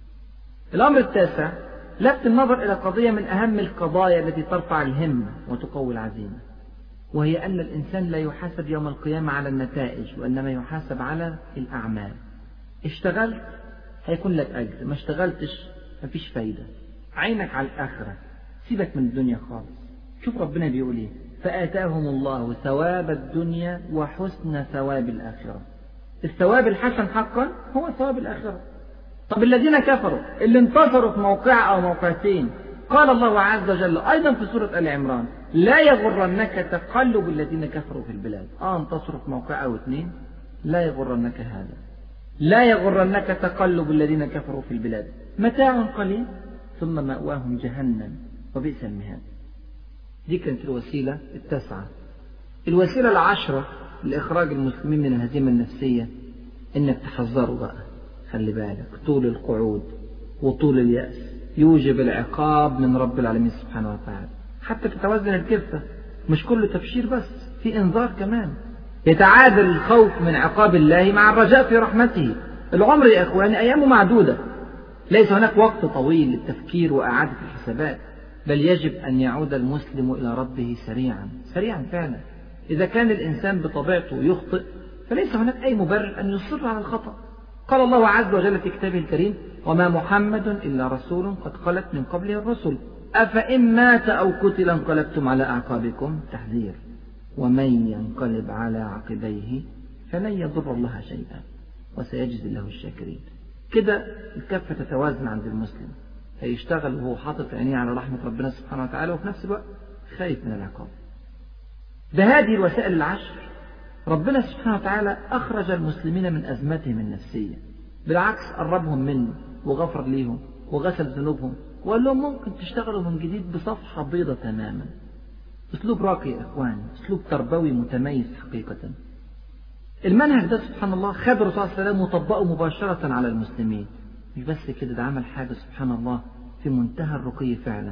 الأمر التاسع لفت النظر إلى قضية من أهم القضايا التي ترفع الهمة وتقوي العزيمة، وهي أن الإنسان لا يحاسب يوم القيامة على النتائج وإنما يحاسب على الأعمال. اشتغلت هيكون لك أجر، ما اشتغلتش مفيش فايدة. عينك على الآخرة، سيبك من الدنيا خالص. شوف ربنا بيقول إيه: فآتاهم الله ثواب الدنيا وحسن ثواب الآخرة. الثواب الحسن حقا هو ثواب الآخرة. طب الذين كفروا اللي انتصروا في موقع أو موقعتين، قال الله عز وجل أيضا في سورة آل عمران: لا يغرنك تقلب الذين كفروا في البلاد. انتصروا في موقع أو اتنين، لا يغرنك هذا، لا يغرنك تقلب الذين كفروا في البلاد، متاع قليل ثم مأواهم جهنم وبئس المهاد. دي كانت الوسيلة التاسعة. الوسيلة العشرة لإخراج المسلمين من الهزيمة النفسية إنك تحذروا بقى، خلي بالك، طول القعود وطول اليأس يوجب العقاب من رب العالمين سبحانه وتعالى، حتى تتوازن الكفة، مش كله تبشير بس، في إنذار كمان. يتعادل الخوف من عقاب الله مع الرجاء في رحمته. العمر يا إخواني أيامه معدودة، ليس هناك وقت طويل للتفكير وإعادة الحسابات، بل يجب أن يعود المسلم إلى ربه سريعا سريعا فعلا. إذا كان الإنسان بطبيعته يخطئ فليس هناك أي مبرر أن يصر على الخطأ. قال الله عز وجل في كتابه الكريم: وما محمد إلا رسول قد خلت من قبله الرسل أفإن مات أو قتل انقلبتم على أعقابكم. تحذير: ومن ينقلب على عقبيه فلن يضر الله شيئا وسيجزي الله الشاكرين. كده الكفة تتوازن عند المسلم، فيشتغل وهو حاطط عينيه على رحمة ربنا سبحانه وتعالى وفي نفس الوقت خايف من العقاب. بهذه الوسائل العشر ربنا سبحانه وتعالى أخرج المسلمين من أزمتهم النفسية، بالعكس قربهم منه وغفر ليهم وغسل ذنوبهم وقال لهم ممكن تشتغلوا من جديد بصفحة بيضة تماما. أسلوب راقي يا إخواني، أسلوب تربوي متميز حقيقة. المنهج ده سبحان الله خد الرسول صلى الله عليه وسلم وطبقه مباشرة على المسلمين. مش بس كده، ده عمل حاجة سبحان الله في منتهى الرقي فعلا.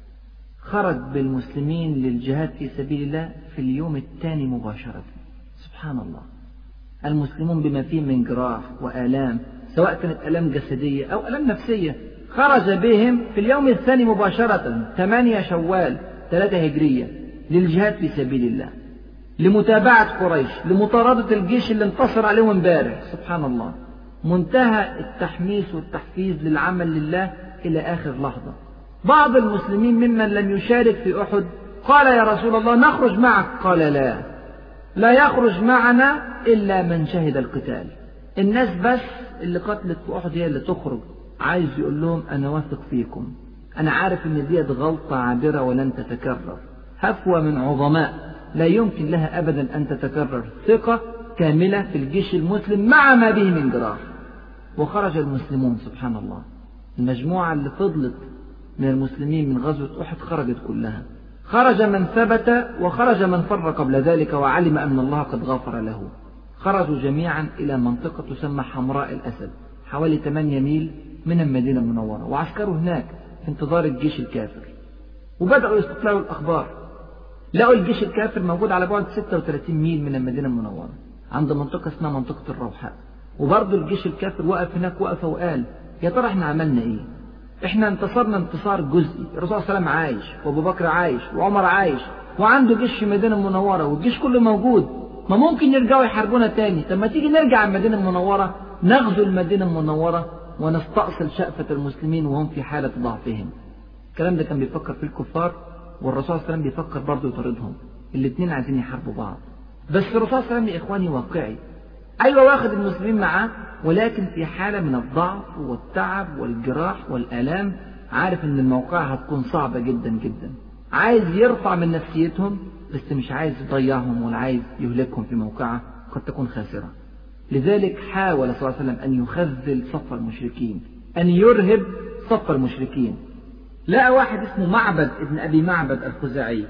خرج بالمسلمين للجهاد في سبيل الله في اليوم الثاني مباشرة. سبحان الله، المسلمون بما فيه من جراح وآلام، سواء كانت آلام جسدية أو آلام نفسية، خرج بهم في اليوم الثاني مباشرة 8 شوال 3 هجرية للجهاد في سبيل الله، لمتابعة قريش، لمطاردة الجيش اللي انتصر عليهم امبارح. سبحان الله، منتهى التحميس والتحفيز للعمل لله إلى آخر لحظة. بعض المسلمين ممن لم يشارك في أحد قال: يا رسول الله نخرج معك. قال: لا يخرج معنا إلا من شهد القتال. الناس بس اللي قتلت في أحد هي اللي تخرج. عايز يقول لهم أنا واثق فيكم، أنا عارف إن دي غلطة عابرة ولن تتكرر، هفوة من عظماء لا يمكن لها أبدا أن تتكرر، ثقة كاملة في الجيش المسلم مع ما به من جراح. وخرج المسلمون سبحان الله، المجموعة اللي فضلت من المسلمين من غزوة أحد خرجت كلها. خرج من ثبت وخرج من فر قبل ذلك وعلم أن الله قد غفر له. خرجوا جميعا إلى منطقة تسمى حمراء الأسد، حوالي 8 ميل من المدينة المنورة، وعسكروا هناك في انتظار الجيش الكافر. وبدأوا يستطلعوا الأخبار، لقوا الجيش الكافر موجود على بعد 36 ميل من المدينة المنورة عند منطقة اسمها منطقة الروحاء. وبرضه الجيش الكافر وقف هناك وقفة وقال: يا ترى احنا عملنا ايه؟ احنا انتصرنا انتصار جزئي، الرسول صلى الله عليه وسلم عايش وابو بكر عايش وعمر عايش وعنده جيش في المدينة المنورة والجيش كله موجود، ما ممكن يرجعوا يحاربونا تاني؟ طب ما تيجي نرجع المدينة المنورة، نغزو المدينة المنورة ونستأصل شأفة المسلمين وهم في حالة ضعفهم. الكلام ده كان بيفكر في الكفار، والرسول صلى الله عليه وسلم بيفكر برضه يطاردهم. الاثنين عايزين يحاربوا بعض. بس الرسول صلى الله عليه وسلم يا إخواني واقعي. أيوة واخد المسلمين معاه، ولكن في حالة من الضعف والتعب والجراح والآلام، عارف إن الموقعة هتكون صعبة جدا جدا. عايز يرفع من نفسيتهم، بس مش عايز يضيعهم ولا عايز يهلكهم في موقعة قد تكون خاسرة. لذلك حاول صلى الله عليه وسلم أن يخذل صف المشركين، أن يرهب صف المشركين. لقى واحد اسمه معبد ابن أبي معبد الخزاعي،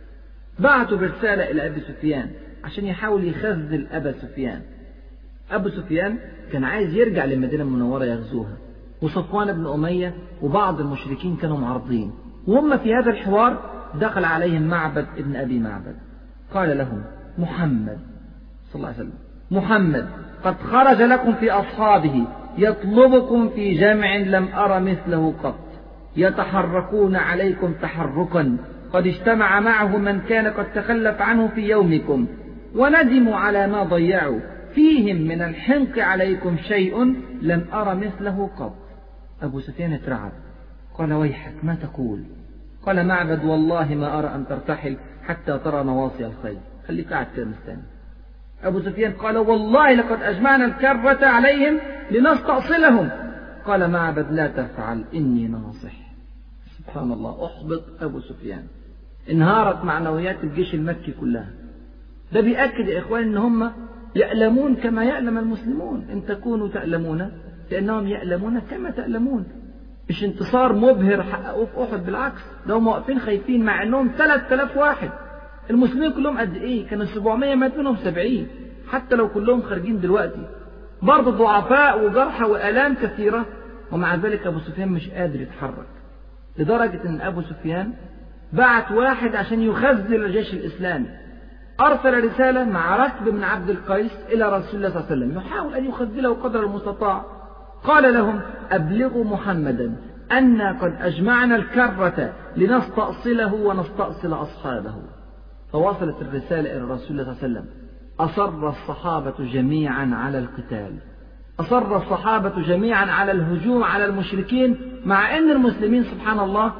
بعته برسالة إلى أبي سفيان عشان يحاول يخذل أبا سفيان. أبو سفيان كان عايز يرجع للمدينة المنورة يغزوها، وصفوان بن أمية وبعض المشركين كانوا معارضين. وهم في هذا الحوار دخل عليهم معبد ابن أبي معبد، قال لهم: محمد صلى الله عليه وسلم، محمد قد خرج لكم في أصحابه يطلبكم في جمع لم أر مثله قط، يتحركون عليكم تحركا قد اجتمع معه من كان قد تخلف عنه في يومكم، وندموا على ما ضيعوا، فيهم من الحنق عليكم شيء لم أر مثله قط. أبو سفيان اترعب، قال: ويحك ما تقول؟ قال معبد: والله ما أرى أن ترتحل حتى ترى نواصي الخيل، خليك قاعد كده مستني. أبو سفيان قال: والله لقد أجمعنا الكرة عليهم لنستأصلهم. قال معبد: لا تفعل إني ناصح. سبحان الله، أحبط أبو سفيان، انهارت معنويات الجيش المكي كلها. ده بيأكد يا إخوان إن هم يألمون كما يألم المسلمون، إن تكونوا تألمون لأنهم يألمون كما تألمون. مش انتصار مبهر حققوه في أحد، بالعكس ده هم واقفين خايفين، مع أنهم 3000 واحد. المسلمين كلهم قد إيه؟ كانوا 700، مات منهم 70. حتى لو كلهم خارجين دلوقتي برضه ضعفاء وجرحى وآلام كثيرة، ومع ذلك أبو سفيان مش قادر يتحرك، لدرجة أن أبو سفيان بعت واحد عشان يخذل الجيش الإسلامي. أرسل رسالة مع ركب بن عبد القيس إلى رسول الله صلى الله عليه وسلم يحاول أن يخذله قدر المستطاع. قال لهم: أبلغوا محمدا أنا قد أجمعنا الكرة لنستأصله ونستأصل أصحابه. فوصلت الرسالة إلى رسول الله صلى الله عليه وسلم. أصر الصحابة جميعا على القتال، أصر الصحابة جميعا على الهجوم على المشركين، مع أن المسلمين سبحان الله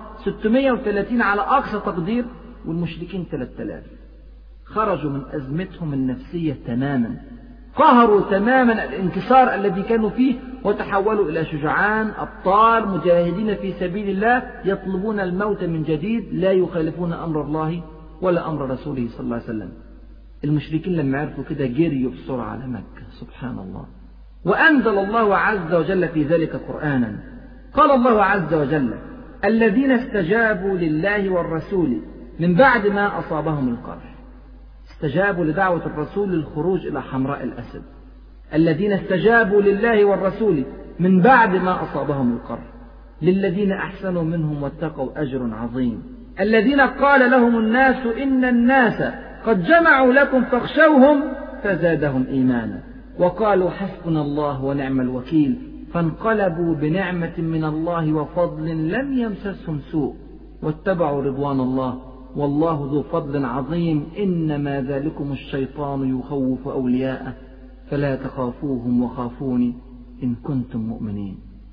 630 على أقصى تقدير، والمشركين 3000. خرجوا من أزمتهم النفسية تماما، قهروا تماما الانكسار الذي كانوا فيه، وتحولوا إلى شجعان أبطال مجاهدين في سبيل الله، يطلبون الموت من جديد، لا يخالفون أمر الله ولا أمر رسوله صلى الله عليه وسلم. المشركين لما عرفوا كده جريوا بسرعة على مكة، سبحان الله. وأنزل الله عز وجل في ذلك قرآنا. قال الله عز وجل: الذين استجابوا لله والرسول من بعد ما أصابهم القرح. استجابوا لدعوة الرسول للخروج إلى حمراء الأسد. الذين استجابوا لله والرسول من بعد ما أصابهم القرح. للذين أحسنوا منهم واتقوا أجر عظيم. الذين قال لهم الناس إن الناس قد جمعوا لكم فاخشوهم فزادهم إيمانا وقالوا حسبنا الله ونعم الوكيل فانقلبوا بنعمة من الله وفضل لم يمسسهم سوء واتبعوا رضوان الله والله ذو فضل عظيم إنما ذلكم الشيطان يخوف أولياءه فلا تخافوهم وخافوني إن كنتم مؤمنين.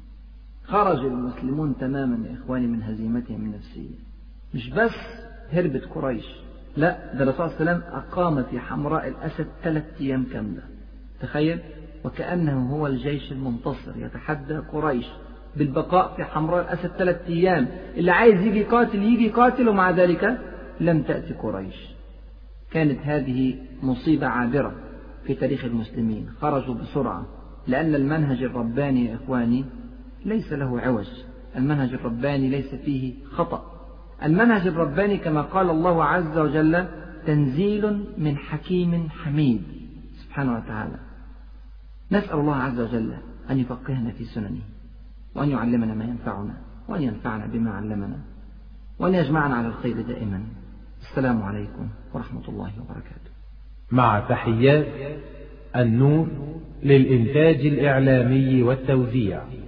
خرج المسلمون تماما يا إخواني من هزيمتهم النفسية. مش بس هربت قريش، لا، ده الرسول صلى الله عليه وسلم أقام في حمراء الأسد 3 أيام كاملة. تخيل، وكأنه هو الجيش المنتصر يتحدى قريش بالبقاء في حمراء الأسد 3 أيام. اللي عايز يجي قاتل يجي قاتل، ومع ذلك لم تأتي قريش. كانت هذه مصيبة عابرة في تاريخ المسلمين. خرجوا بسرعة لأن المنهج الرباني يا إخواني ليس له عوج، المنهج الرباني ليس فيه خطأ. المنهج الرباني كما قال الله عز وجل تنزيل من حكيم حميد سبحانه وتعالى. نسأل الله عز وجل أن يفقهنا في سننه وأن يعلمنا ما ينفعنا وأن ينفعنا بما علمنا وأن يجمعنا على الخير دائما. السلام عليكم ورحمة الله وبركاته. مع تحيات النور للإنتاج الإعلامي والتوزيع.